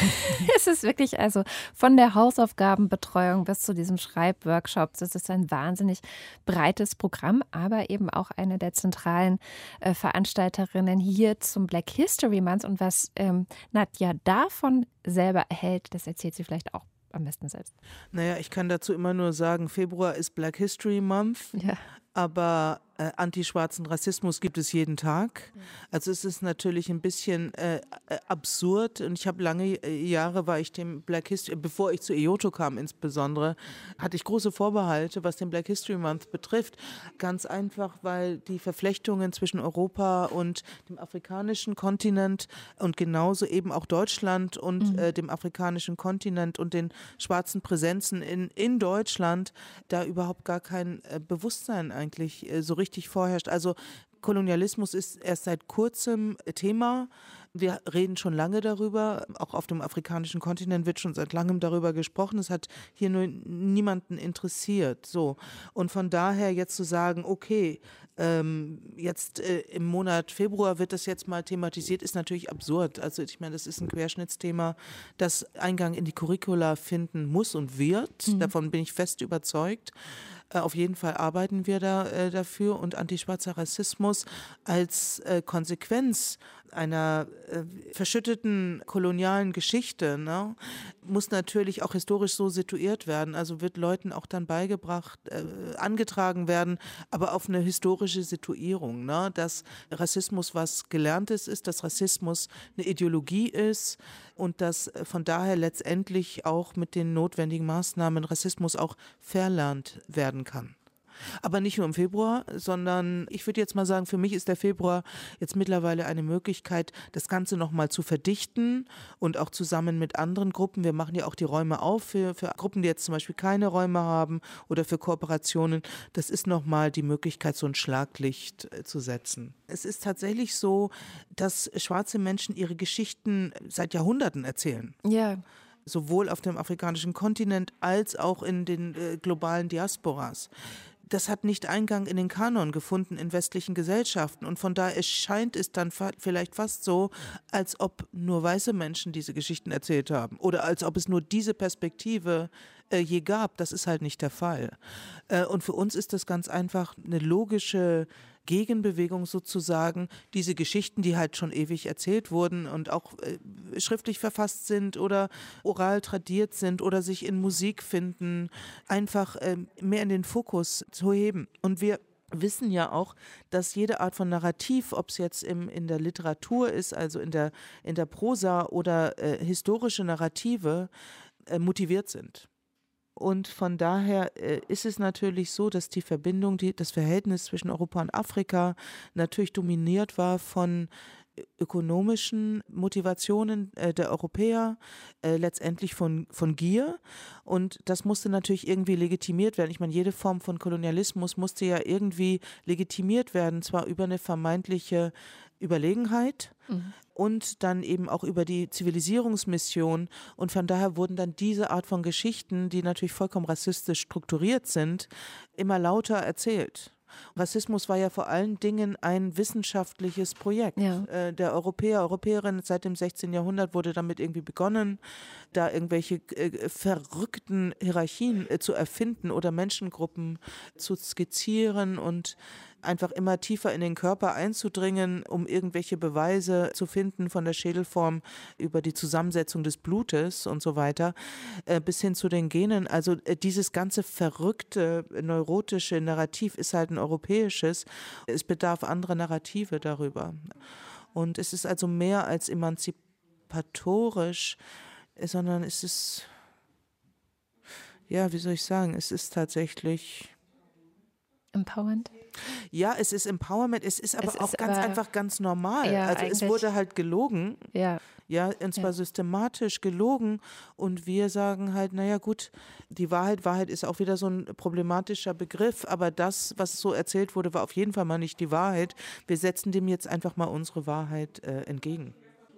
Es ist wirklich, also von der Hausaufgabenbetreuung bis zu diesem Schreibworkshops, das ist ein wahnsinnig breites Programm, aber eben auch eine der zentralen äh, Veranstalterinnen hier zum Black History Month. Und was ähm, Nadja davon selber hält, das erzählt sie vielleicht auch am besten selbst. Naja, ich kann dazu immer nur sagen, Februar ist Black History Month, ja. aber äh, antischwarzen Rassismus gibt es jeden Tag. Also es ist natürlich ein bisschen äh, absurd und ich habe lange Jahre, war ich dem Black History, bevor ich zu Eyoto kam insbesondere, hatte ich große Vorbehalte, was den Black History Month betrifft. Ganz einfach, weil die Verflechtungen zwischen Europa und dem afrikanischen Kontinent und genauso eben auch Deutschland und mhm. äh, dem afrikanischen Kontinent und den schwarzen Präsenzen in, in Deutschland da überhaupt gar kein äh, Bewusstsein eigentlich äh, so richtig vorherrscht. Also Kolonialismus ist erst seit kurzem Thema. Wir reden schon lange darüber. Auch auf dem afrikanischen Kontinent wird schon seit langem darüber gesprochen. Es hat hier nur niemanden interessiert. So. Und von daher jetzt zu sagen, okay, ähm, jetzt äh, im Monat Februar wird das jetzt mal thematisiert, ist natürlich absurd. Also ich meine, das ist ein Querschnittsthema, das Eingang in die Curricula finden muss und wird. Mhm. Davon bin ich fest überzeugt. Auf jeden Fall arbeiten wir da äh, dafür und antischwarzer Rassismus als äh, Konsequenz einer äh, verschütteten kolonialen Geschichte, ne, muss natürlich auch historisch so situiert werden, also wird Leuten auch dann beigebracht, äh, angetragen werden, aber auf eine historische Situierung, ne? Dass Rassismus was Gelerntes ist, dass Rassismus eine Ideologie ist und dass von daher letztendlich auch mit den notwendigen Maßnahmen Rassismus auch verlernt werden kann. Aber nicht nur im Februar, sondern ich würde jetzt mal sagen, für mich ist der Februar jetzt mittlerweile eine Möglichkeit, das Ganze nochmal zu verdichten und auch zusammen mit anderen Gruppen. Wir machen ja auch die Räume auf für, für Gruppen, die jetzt zum Beispiel keine Räume haben oder für Kooperationen. Das ist nochmal die Möglichkeit, so ein Schlaglicht zu setzen. Es ist tatsächlich so, dass schwarze Menschen ihre Geschichten seit Jahrhunderten erzählen. Ja. Sowohl auf dem afrikanischen Kontinent als auch in den äh, globalen Diasporas. Das hat nicht Eingang in den Kanon gefunden in westlichen Gesellschaften und von daher scheint es dann fa- vielleicht fast so, als ob nur weiße Menschen diese Geschichten erzählt haben oder als ob es nur diese Perspektive äh, je gab. Das ist halt nicht der Fall. Äh, und für uns ist das ganz einfach eine logische Gegenbewegung sozusagen, diese Geschichten, die halt schon ewig erzählt wurden und auch äh, schriftlich verfasst sind oder oral tradiert sind oder sich in Musik finden, einfach äh, mehr in den Fokus zu heben. Und wir wissen ja auch, dass jede Art von Narrativ, ob es jetzt im, in der Literatur ist, also in der, in der Prosa oder äh, historische Narrative, äh, motiviert sind. Und von daher äh, ist es natürlich so, dass die Verbindung, die, das Verhältnis zwischen Europa und Afrika natürlich dominiert war von ökonomischen Motivationen äh, der Europäer, äh, letztendlich von, von Gier. Und das musste natürlich irgendwie legitimiert werden. Ich meine, jede Form von Kolonialismus musste ja irgendwie legitimiert werden, zwar über eine vermeintliche Überlegenheit mhm. und dann eben auch über die Zivilisierungsmission. Und von daher wurden dann diese Art von Geschichten, die natürlich vollkommen rassistisch strukturiert sind, immer lauter erzählt. Rassismus war ja vor allen Dingen ein wissenschaftliches Projekt. Ja. Äh, der Europäer, Europäerinnen seit dem sechzehnten Jahrhundert wurde damit irgendwie begonnen, da irgendwelche äh, verrückten Hierarchien äh, zu erfinden oder Menschengruppen zu skizzieren und einfach immer tiefer in den Körper einzudringen, um irgendwelche Beweise zu finden von der Schädelform über die Zusammensetzung des Blutes und so weiter, äh, bis hin zu den Genen. Also äh, dieses ganze verrückte, neurotische Narrativ ist halt ein europäisches. Es bedarf anderer Narrative darüber. Und es ist also mehr als emanzipatorisch, sondern es ist, ja, wie soll ich sagen, es ist tatsächlich empowernd? Ja, es ist Empowerment, es ist aber es auch ist ganz aber, einfach ganz normal. Ja, also es wurde halt gelogen, ja, ja und zwar ja. systematisch gelogen und wir sagen halt, naja gut, die Wahrheit, Wahrheit ist auch wieder so ein problematischer Begriff, aber das, was so erzählt wurde, war auf jeden Fall mal nicht die Wahrheit. Wir setzen dem jetzt einfach mal unsere Wahrheit äh, entgegen.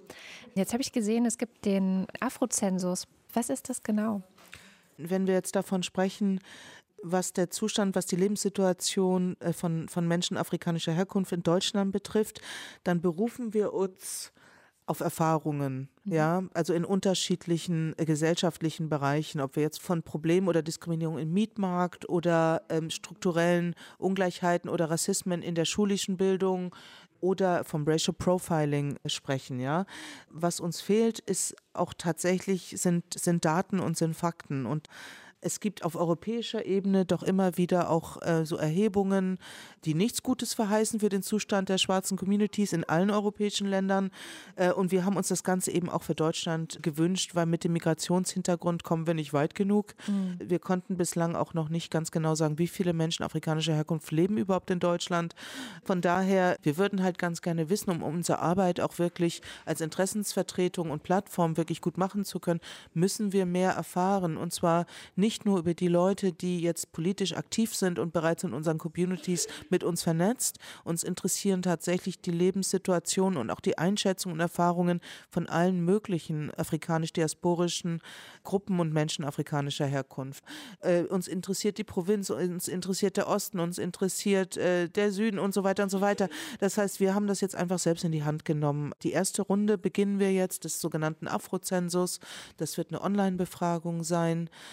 Jetzt habe ich gesehen, es gibt den Afrozensus. Was ist das genau? Wenn wir jetzt davon sprechen, was der Zustand, was die Lebenssituation von, von Menschen afrikanischer Herkunft in Deutschland betrifft, dann berufen wir uns auf Erfahrungen, mhm. ja, also in unterschiedlichen äh, gesellschaftlichen Bereichen, ob wir jetzt von Problemen oder Diskriminierung im Mietmarkt oder ähm, strukturellen Ungleichheiten oder Rassismen in der schulischen Bildung oder vom Racial Profiling sprechen, ja. Was uns fehlt, ist auch tatsächlich, sind, sind Daten und sind Fakten und es gibt auf europäischer Ebene doch immer wieder auch äh, so Erhebungen, die nichts Gutes verheißen für den Zustand der schwarzen Communities in allen europäischen Ländern. Äh, und wir haben uns das Ganze eben auch für Deutschland gewünscht, weil mit dem Migrationshintergrund kommen wir nicht weit genug. Mhm. Wir konnten bislang auch noch nicht ganz genau sagen, wie viele Menschen afrikanischer Herkunft leben überhaupt in Deutschland. Von daher, wir würden halt ganz gerne wissen, um unsere Arbeit auch wirklich als Interessensvertretung und Plattform wirklich gut machen zu können, müssen wir mehr erfahren. Und zwar nicht Nicht nur über die Leute, die jetzt politisch aktiv sind und bereits in unseren Communities mit uns vernetzt. Uns interessieren tatsächlich die Lebenssituationen und auch die Einschätzungen und Erfahrungen von allen möglichen afrikanisch-diasporischen Gruppen und Menschen afrikanischer Herkunft. Äh, uns interessiert die Provinz, uns interessiert der Osten, uns interessiert äh, der Süden und so weiter und so weiter. Das heißt, wir haben das jetzt einfach selbst in die Hand genommen. Die erste Runde beginnen wir jetzt des sogenannten Afrozensus. Das wird eine Online-Befragung sein. Wir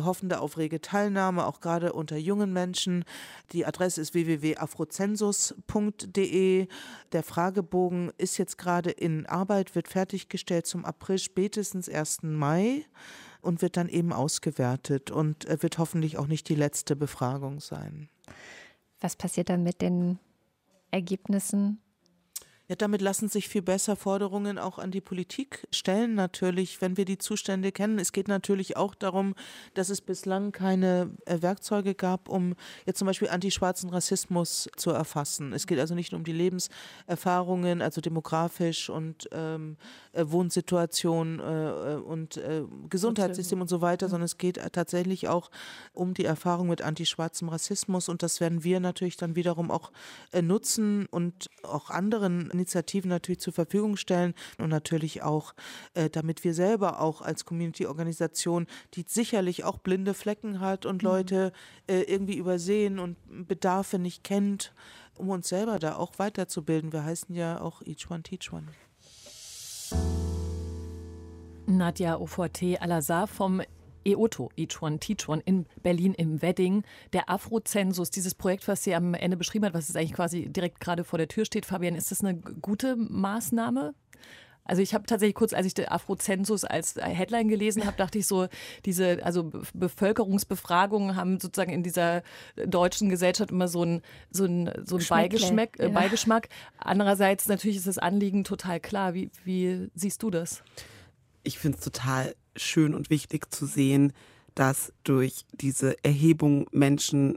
hoffen da auf rege Teilnahme, auch gerade unter jungen Menschen. Die Adresse ist w w w punkt afrozensus punkt d e. Der Fragebogen ist jetzt gerade in Arbeit, wird fertiggestellt zum April, spätestens ersten Mai und wird dann eben ausgewertet und wird hoffentlich auch nicht die letzte Befragung sein. Was passiert dann mit den Ergebnissen? Ja, damit lassen sich viel besser Forderungen auch an die Politik stellen natürlich, wenn wir die Zustände kennen. Es geht natürlich auch darum, dass es bislang keine äh, Werkzeuge gab, um jetzt zum Beispiel antischwarzen Rassismus zu erfassen. Es geht also nicht nur um die Lebenserfahrungen, also demografisch und ähm, äh, Wohnsituation äh, und äh, Gesundheitssystem und so weiter, sondern es geht tatsächlich auch um die Erfahrung mit antischwarzem Rassismus und das werden wir natürlich dann wiederum auch äh, nutzen und auch anderen Initiativen natürlich zur Verfügung stellen und natürlich auch, äh, damit wir selber auch als Community-Organisation, die sicherlich auch blinde Flecken hat und mhm. Leute äh, irgendwie übersehen und Bedarfe nicht kennt, um uns selber da auch weiterzubilden. Wir heißen ja auch Each One Teach One. Nadja Oforté-Alazar vom E O T O, Each One Teach One, in Berlin im Wedding. Der Afrozensus, dieses Projekt, was sie am Ende beschrieben hat, was jetzt eigentlich quasi direkt gerade vor der Tür steht, Fabian, ist das eine gute Maßnahme? Also ich habe tatsächlich kurz, als ich den Afrozensus als Headline gelesen habe, dachte ich so, diese also Bevölkerungsbefragungen haben sozusagen in dieser deutschen Gesellschaft immer so einen so ein, so ein Beigeschmack, äh, Beigeschmack. Andererseits natürlich ist das Anliegen total klar. Wie, wie siehst du das? Ich finde es total schön und wichtig zu sehen, dass durch diese Erhebung Menschen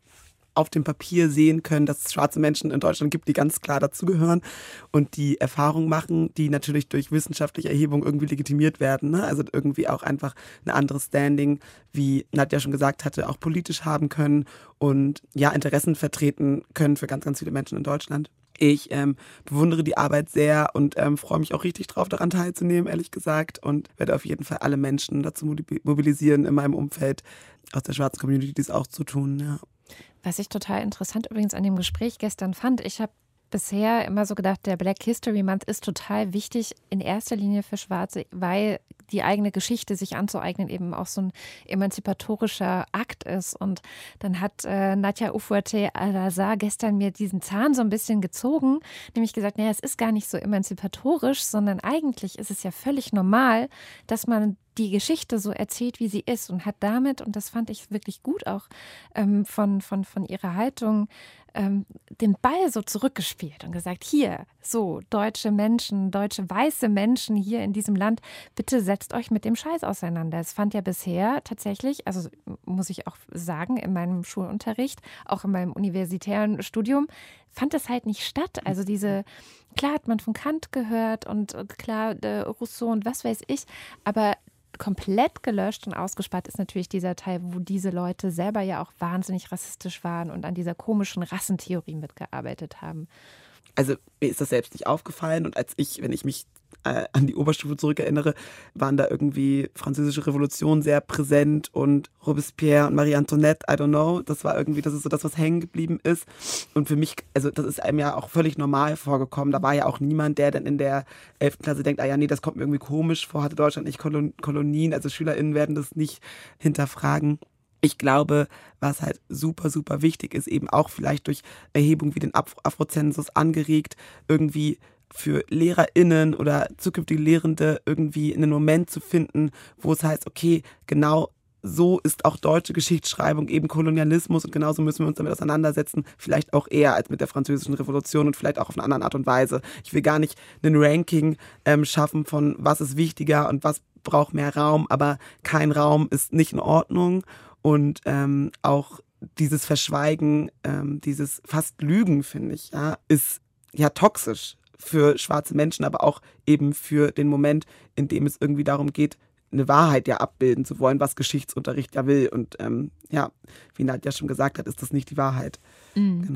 auf dem Papier sehen können, dass es schwarze Menschen in Deutschland gibt, die ganz klar dazugehören und die Erfahrungen machen, die natürlich durch wissenschaftliche Erhebung irgendwie legitimiert werden. Ne? Also irgendwie auch einfach ein anderes Standing, wie Nadja schon gesagt hatte, auch politisch haben können und ja Interessen vertreten können für ganz, ganz viele Menschen in Deutschland. Ich ähm, bewundere die Arbeit sehr und ähm, freue mich auch richtig drauf, daran teilzunehmen, ehrlich gesagt. Und werde auf jeden Fall alle Menschen dazu mobilisieren in meinem Umfeld aus der schwarzen Community, dies auch zu tun. Ja. Was ich total interessant übrigens an dem Gespräch gestern fand, ich habe bisher immer so gedacht, der Black History Month ist total wichtig in erster Linie für Schwarze, weil die eigene Geschichte sich anzueignen eben auch so ein emanzipatorischer Akt ist. Und dann hat äh, Nadja Oforté-Alazar gestern mir diesen Zahn so ein bisschen gezogen, nämlich gesagt, naja, es ist gar nicht so emanzipatorisch, sondern eigentlich ist es ja völlig normal, dass man die Geschichte so erzählt, wie sie ist und hat damit, und das fand ich wirklich gut auch ähm, von, von, von ihrer Haltung, ähm, den Ball so zurückgespielt und gesagt, hier, so, deutsche Menschen, deutsche weiße Menschen hier in diesem Land, bitte setzt euch mit dem Scheiß auseinander. Es fand ja bisher tatsächlich, also muss ich auch sagen, in meinem Schulunterricht, auch in meinem universitären Studium, fand es halt nicht statt. Also diese, klar hat man von Kant gehört und klar äh, Rousseau und was weiß ich, aber komplett gelöscht und ausgespart ist natürlich dieser Teil, wo diese Leute selber ja auch wahnsinnig rassistisch waren und an dieser komischen Rassentheorie mitgearbeitet haben. Also mir ist das selbst nicht aufgefallen und als ich, wenn ich mich äh, an die Oberstufe zurückerinnere, waren da irgendwie französische Revolution sehr präsent und Robespierre und Marie Antoinette, I don't know, das war irgendwie, das ist so das, was hängen geblieben ist und für mich, also das ist einem ja auch völlig normal vorgekommen, da war ja auch niemand, der dann in der elften Klasse denkt, ah ja, nee, das kommt mir irgendwie komisch vor, hatte Deutschland nicht Kolon- Kolonien, also SchülerInnen werden das nicht hinterfragen. Ich glaube, was halt super, super wichtig ist, eben auch vielleicht durch Erhebungen wie den Af- Afrozensus angeregt, irgendwie für LehrerInnen oder zukünftige Lehrende irgendwie einen Moment zu finden, wo es heißt, okay, genau so ist auch deutsche Geschichtsschreibung eben Kolonialismus und genauso müssen wir uns damit auseinandersetzen, vielleicht auch eher als mit der französischen Revolution und vielleicht auch auf eine andere Art und Weise. Ich will gar nicht einen Ranking ähm, schaffen von was ist wichtiger und was braucht mehr Raum, aber kein Raum ist nicht in Ordnung und ähm, auch dieses Verschweigen, ähm, dieses fast Lügen, finde ich, ja, ist ja toxisch für schwarze Menschen, aber auch eben für den Moment, in dem es irgendwie darum geht, eine Wahrheit ja abbilden zu wollen, was Geschichtsunterricht ja will. Und ähm, ja, wie Nadja schon gesagt hat, ist das nicht die Wahrheit. Mhm. Genau.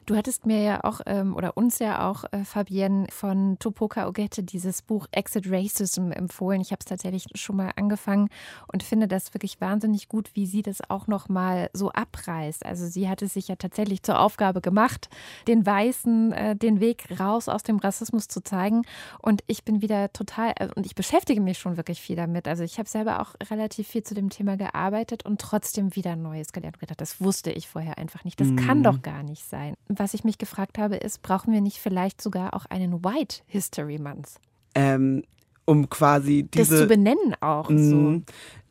Du hattest mir ja auch, ähm, oder uns ja auch, äh, Fabienne, von Tupoka Ogette dieses Buch Exit Racism empfohlen. Ich habe es tatsächlich schon mal angefangen und finde das wirklich wahnsinnig gut, wie sie das auch noch mal so abreißt. Also sie hat es sich ja tatsächlich zur Aufgabe gemacht, den Weißen äh, den Weg raus aus dem Rassismus zu zeigen. Und ich bin wieder total, äh, und ich beschäftige mich schon wirklich viel damit. Also ich habe selber auch relativ viel zu dem Thema gearbeitet und trotzdem wieder Neues gelernt und gedacht, das wusste ich vorher einfach nicht. Das mhm. kann doch gar nicht sein. Was ich mich gefragt habe, ist, brauchen wir nicht vielleicht sogar auch einen White History Month? Ähm, um quasi diese... Das zu benennen auch. So.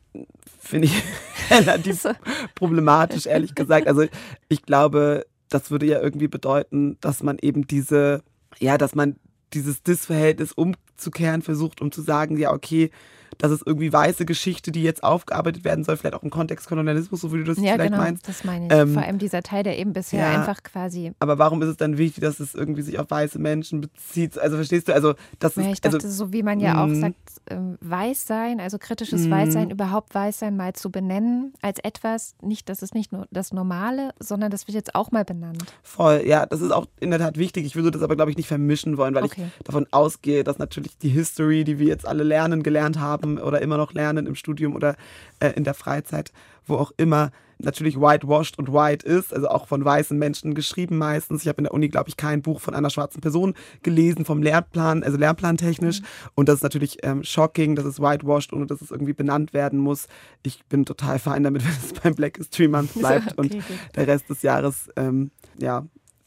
Finde ich relativ problematisch, ehrlich gesagt. Also ich glaube, das würde ja irgendwie bedeuten, dass man eben diese, ja, dass man dieses Dis-Verhältnis umzukehren versucht, um zu sagen, ja, okay, das ist irgendwie weiße Geschichte, die jetzt aufgearbeitet werden soll, vielleicht auch im Kontext Kolonialismus, so wie du das ja, vielleicht genau, meinst. Das meine ich. Ähm, Vor allem dieser Teil, der eben bisher ja, einfach quasi... Aber warum ist es dann wichtig, dass es irgendwie sich auf weiße Menschen bezieht? Also verstehst du? Also das ja, ist, ich dachte, also, so wie man ja auch sagt, ähm, Weißsein, also kritisches Weißsein, überhaupt Weißsein mal zu benennen als etwas, nicht, das ist nicht nur das Normale, sondern das wird jetzt auch mal benannt. Voll, ja, das ist auch in der Tat wichtig. Ich würde das aber, glaube ich, nicht vermischen wollen, weil okay. ich davon ausgehe, dass natürlich die History, die wir jetzt alle lernen, gelernt haben oder immer noch lernen im Studium oder äh, in der Freizeit, wo auch immer, natürlich whitewashed und white ist, also auch von weißen Menschen geschrieben meistens. Ich habe in der Uni, glaube ich, kein Buch von einer schwarzen Person gelesen vom Lehrplan, also lehrplantechnisch. Mhm. Und das ist natürlich ähm, shocking, dass es whitewashed, ohne dass es irgendwie benannt werden muss. Ich bin total fein damit, wenn es beim Black History Month bleibt okay, und gut. der Rest des Jahres, ähm, ja,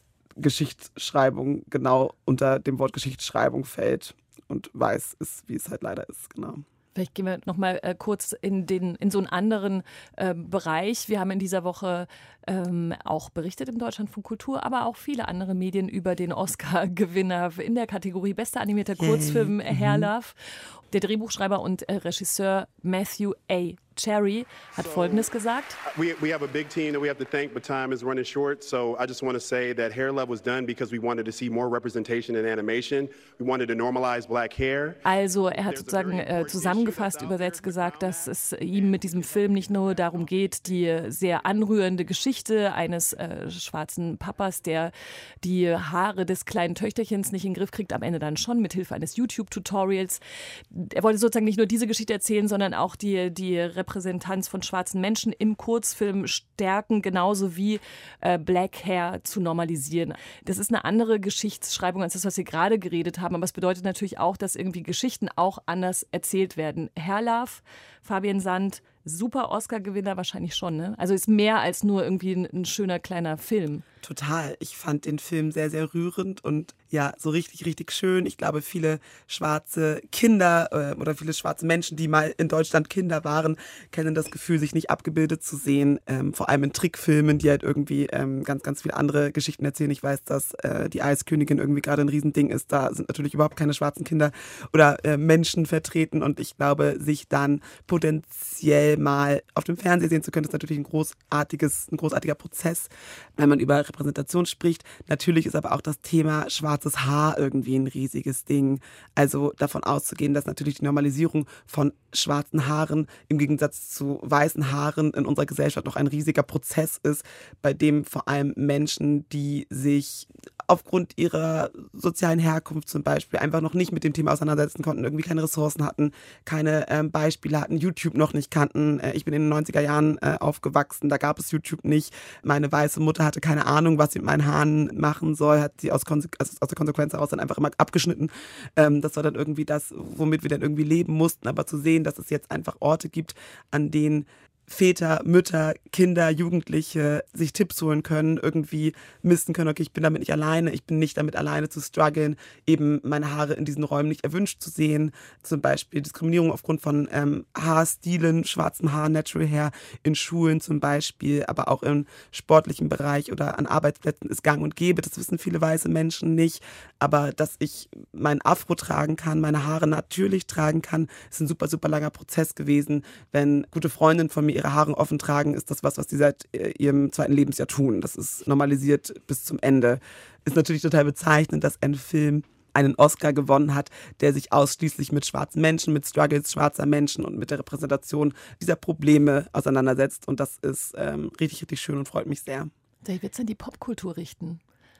Geschichtsschreibung genau unter dem Wort Geschichtsschreibung fällt und weiß ist, wie es halt leider ist, genau. Vielleicht gehen wir noch mal äh, kurz in, den, in so einen anderen äh, Bereich. Wir haben in dieser Woche ähm, auch berichtet im Deutschlandfunk Kultur, aber auch viele andere Medien über den Oscar-Gewinner in der Kategorie Bester animierter Kurzfilm, Yay. Hair Mhm. Love. Der Drehbuchschreiber und äh, Regisseur Matthew A. Cherry hat Folgendes gesagt. We, we have a big team that we have to thank, but time is running short. So I just want to say that Hair Love was done because we wanted to see more representation in animation. We wanted to normalize black hair. Also er hat sozusagen äh, zusammengefasst, übersetzt gesagt, dass es ihm mit diesem Film nicht nur darum geht, die sehr anrührende Geschichte eines äh, schwarzen Papas, der die Haare des kleinen Töchterchens nicht in den Griff kriegt, am Ende dann schon mit Hilfe eines YouTube-Tutorials. Er wollte sozusagen nicht nur diese Geschichte erzählen, sondern auch die, die Repräsentanz von schwarzen Menschen im Kurzfilm stärken, genauso wie äh, Black Hair zu normalisieren. Das ist eine andere Geschichtsschreibung als das, was wir gerade geredet haben, aber es bedeutet natürlich auch, dass irgendwie Geschichten auch anders erzählt werden. Hair Love, Fabian Sand, super Oscar-Gewinner wahrscheinlich schon, ne? Also ist mehr als nur irgendwie ein, ein schöner kleiner Film. Total. Ich fand den Film sehr, sehr rührend und ja, so richtig, richtig schön. Ich glaube, viele schwarze Kinder äh, oder viele schwarze Menschen, die mal in Deutschland Kinder waren, kennen das Gefühl, sich nicht abgebildet zu sehen. Ähm, vor allem in Trickfilmen, die halt irgendwie ähm, ganz, ganz viele andere Geschichten erzählen. Ich weiß, dass äh, die Eiskönigin irgendwie gerade ein Riesending ist. Da sind natürlich überhaupt keine schwarzen Kinder oder äh, Menschen vertreten. Und ich glaube, sich dann potenziell mal auf dem Fernseher sehen zu können, ist natürlich ein großartiges, ein großartiger Prozess, wenn man über Repräsentation spricht. Natürlich ist aber auch das Thema schwarzes Haar irgendwie ein riesiges Ding. Also davon auszugehen, dass natürlich die Normalisierung von schwarzen Haaren im Gegensatz zu weißen Haaren in unserer Gesellschaft noch ein riesiger Prozess ist, bei dem vor allem Menschen, die sich aufgrund ihrer sozialen Herkunft zum Beispiel einfach noch nicht mit dem Thema auseinandersetzen konnten, irgendwie keine Ressourcen hatten, keine ähm, Beispiele hatten, YouTube noch nicht kannten. Äh, ich bin in den neunziger Jahren äh, aufgewachsen, da gab es YouTube nicht. Meine weiße Mutter hatte keine Ahnung, was sie mit meinen Haaren machen soll, hat sie aus, Konse- also aus der Konsequenz heraus dann einfach immer abgeschnitten. Ähm, das war dann irgendwie das, womit wir dann irgendwie leben mussten. Aber zu sehen, dass es jetzt einfach Orte gibt, an denen Väter, Mütter, Kinder, Jugendliche sich Tipps holen können, irgendwie missen können, okay, ich bin damit nicht alleine, ich bin nicht damit alleine zu strugglen, eben meine Haare in diesen Räumen nicht erwünscht zu sehen, zum Beispiel Diskriminierung aufgrund von ähm, Haarstilen, schwarzem Haar, Natural Hair in Schulen zum Beispiel, aber auch im sportlichen Bereich oder an Arbeitsplätzen ist gang und gäbe, das wissen viele weiße Menschen nicht, aber dass ich mein Afro tragen kann, meine Haare natürlich tragen kann, ist ein super, super langer Prozess gewesen, wenn gute Freundinnen von mir ihre Haare offen tragen, ist das was, was die seit ihrem zweiten Lebensjahr tun. Das ist normalisiert bis zum Ende. Ist natürlich total bezeichnend, dass ein Film einen Oscar gewonnen hat, der sich ausschließlich mit schwarzen Menschen, mit Struggles schwarzer Menschen und mit der Repräsentation dieser Probleme auseinandersetzt. Und das ist ähm, richtig, richtig schön und freut mich sehr. Da wird es an die Popkultur richten.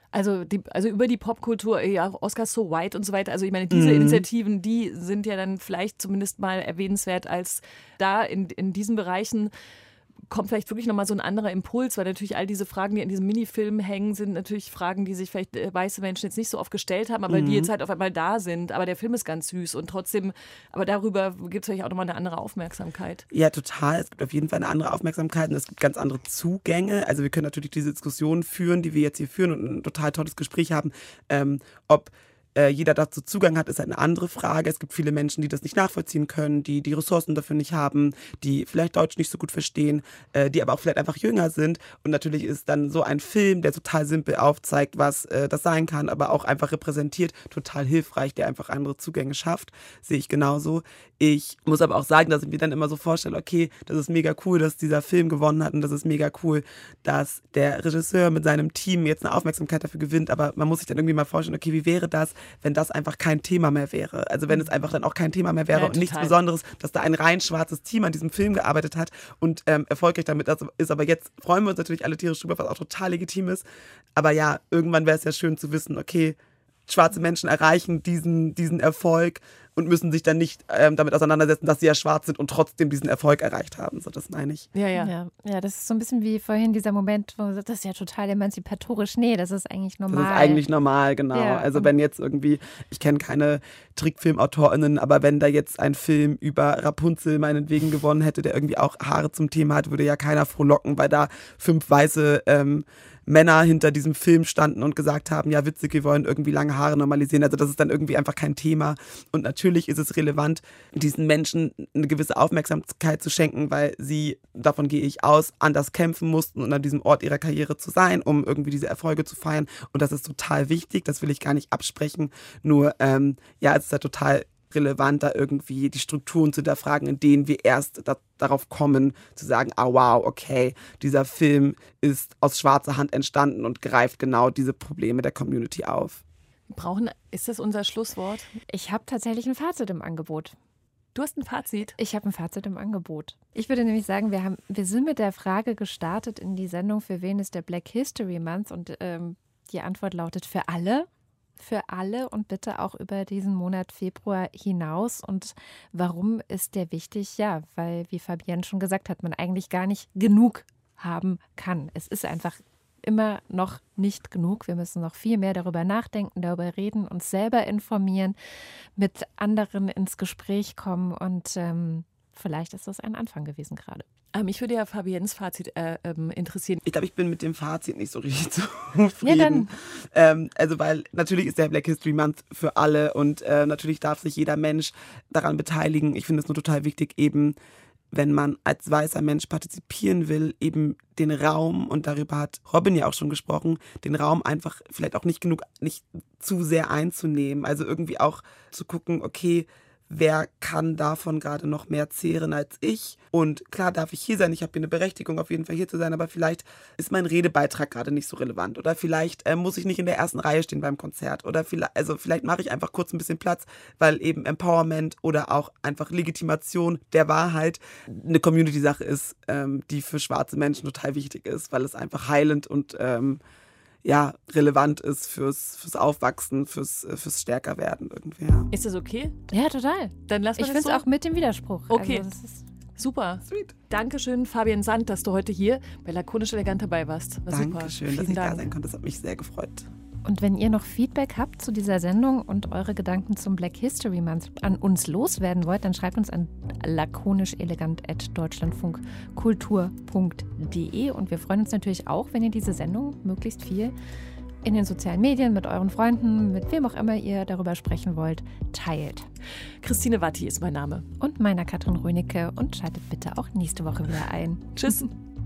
Also, die, also über die Popkultur, ja, Oscars So White und so weiter. Also ich meine, diese mhm. Initiativen, die sind ja dann vielleicht zumindest mal erwähnenswert, als da in, in diesen Bereichen kommt vielleicht wirklich nochmal so ein anderer Impuls, weil natürlich all diese Fragen, die in diesem Minifilm hängen, sind natürlich Fragen, die sich vielleicht weiße Menschen jetzt nicht so oft gestellt haben, aber mhm. die jetzt halt auf einmal da sind. Aber der Film ist ganz süß und trotzdem, aber darüber gibt es vielleicht auch nochmal eine andere Aufmerksamkeit. Ja, total. Es gibt auf jeden Fall eine andere Aufmerksamkeit und es gibt ganz andere Zugänge. Also wir können natürlich diese Diskussion führen, die wir jetzt hier führen und ein total tolles Gespräch haben, ähm, ob jeder dazu Zugang hat, ist eine andere Frage. Es gibt viele Menschen, die das nicht nachvollziehen können, die die Ressourcen dafür nicht haben, die vielleicht Deutsch nicht so gut verstehen, äh, die aber auch vielleicht einfach jünger sind. Und natürlich ist dann so ein Film, der total simpel aufzeigt, was äh, das sein kann, aber auch einfach repräsentiert, total hilfreich, der einfach andere Zugänge schafft. Sehe ich genauso. Ich muss aber auch sagen, dass ich mir dann immer so vorstelle, okay, das ist mega cool, dass dieser Film gewonnen hat und das ist mega cool, dass der Regisseur mit seinem Team jetzt eine Aufmerksamkeit dafür gewinnt, aber man muss sich dann irgendwie mal vorstellen, okay, wie wäre das, wenn das einfach kein Thema mehr wäre. Also wenn es einfach dann auch kein Thema mehr wäre ja, und nichts Besonderes, dass da ein rein schwarzes Team an diesem Film gearbeitet hat und ähm, erfolgreich damit ist. Aber jetzt freuen wir uns natürlich alle tierisch drüber, was auch total legitim ist. Aber ja, irgendwann wäre es ja schön zu wissen, okay, schwarze Menschen erreichen diesen, diesen Erfolg und müssen sich dann nicht ähm, damit auseinandersetzen, dass sie ja schwarz sind und trotzdem diesen Erfolg erreicht haben. So, das meine ich. Ja, ja. Ja, ja, das ist so ein bisschen wie vorhin dieser Moment, wo das ist ja total emanzipatorisch. Nee, das ist eigentlich normal. Das ist eigentlich normal, genau. Ja. Also wenn jetzt irgendwie, ich kenne keine TrickfilmautorInnen, aber wenn da jetzt ein Film über Rapunzel meinetwegen gewonnen hätte, der irgendwie auch Haare zum Thema hat, würde ja keiner frohlocken, weil da fünf weiße ähm, Männer hinter diesem Film standen und gesagt haben, ja witzig, wir wollen irgendwie lange Haare normalisieren. Also das ist dann irgendwie einfach kein Thema. Und natürlich ist es relevant, diesen Menschen eine gewisse Aufmerksamkeit zu schenken, weil sie, davon gehe ich aus, anders kämpfen mussten und an diesem Ort ihrer Karriere zu sein, um irgendwie diese Erfolge zu feiern. Und das ist total wichtig, das will ich gar nicht absprechen. Nur, ähm, ja, es ist ja total relevant, da irgendwie die Strukturen zu hinterfragen, in denen wir erst da, darauf kommen, zu sagen, ah wow, okay, dieser Film ist aus schwarzer Hand entstanden und greift genau diese Probleme der Community auf. Brauchen, ist das unser Schlusswort? Ich habe tatsächlich ein Fazit im Angebot. Du hast ein Fazit? Ich habe ein Fazit im Angebot. Ich würde nämlich sagen, wir, haben, wir sind mit der Frage gestartet in die Sendung, für wen ist der Black History Month? Und ähm, die Antwort lautet für alle. Für alle und bitte auch über diesen Monat Februar hinaus. Und warum ist der wichtig? Ja, weil, wie Fabienne schon gesagt hat, man eigentlich gar nicht genug haben kann. Es ist einfach immer noch nicht genug. Wir müssen noch viel mehr darüber nachdenken, darüber reden, uns selber informieren, mit anderen ins Gespräch kommen und ähm, vielleicht ist das ein Anfang gewesen gerade. Mich würde ja Fabiennes Fazit äh, ähm, interessieren. Ich glaube, ich bin mit dem Fazit nicht so richtig zufrieden. Ja, dann. Ähm, also, weil natürlich ist der Black History Month für alle und äh, natürlich darf sich jeder Mensch daran beteiligen. Ich finde es nur total wichtig, eben, wenn man als weißer Mensch partizipieren will, eben den Raum, und darüber hat Robin ja auch schon gesprochen, den Raum einfach vielleicht auch nicht genug, nicht zu sehr einzunehmen. Also irgendwie auch zu gucken, okay, wer kann davon gerade noch mehr zehren als ich? Und klar darf ich hier sein, ich habe hier eine Berechtigung, auf jeden Fall hier zu sein, aber vielleicht ist mein Redebeitrag gerade nicht so relevant oder vielleicht äh, muss ich nicht in der ersten Reihe stehen beim Konzert oder vielleicht, also vielleicht mache ich einfach kurz ein bisschen Platz, weil eben Empowerment oder auch einfach Legitimation der Wahrheit eine Community-Sache ist, ähm, die für schwarze Menschen total wichtig ist, weil es einfach heilend und ähm, ja, relevant ist fürs, fürs Aufwachsen, fürs, fürs Stärkerwerden irgendwie. Ja. Ist das okay? Ja, total. Dann lass Ich finde es so. auch mit dem Widerspruch. Okay, also das ist super. Sweet. Dankeschön, Fabian Sand, dass du heute hier bei Lakonisch Elegant dabei warst. War Dankeschön, super. dass ich Dank. da sein konnte. Das hat mich sehr gefreut. Und wenn ihr noch Feedback habt zu dieser Sendung und eure Gedanken zum Black History Month an uns loswerden wollt, dann schreibt uns an lakonischelegant at deutschlandfunkkultur punkt de. Und wir freuen uns natürlich auch, wenn ihr diese Sendung möglichst viel in den sozialen Medien, mit euren Freunden, mit wem auch immer ihr darüber sprechen wollt, teilt. Christine Watti ist mein Name. Und meiner Katrin Rönecke. Und schaltet bitte auch nächste Woche wieder ein. Tschüss.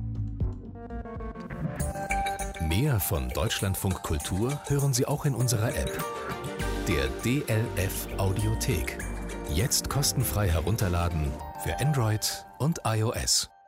Mehr von Deutschlandfunk Kultur hören Sie auch in unserer App, der D L F Audiothek. Jetzt kostenfrei herunterladen für Android und iOS.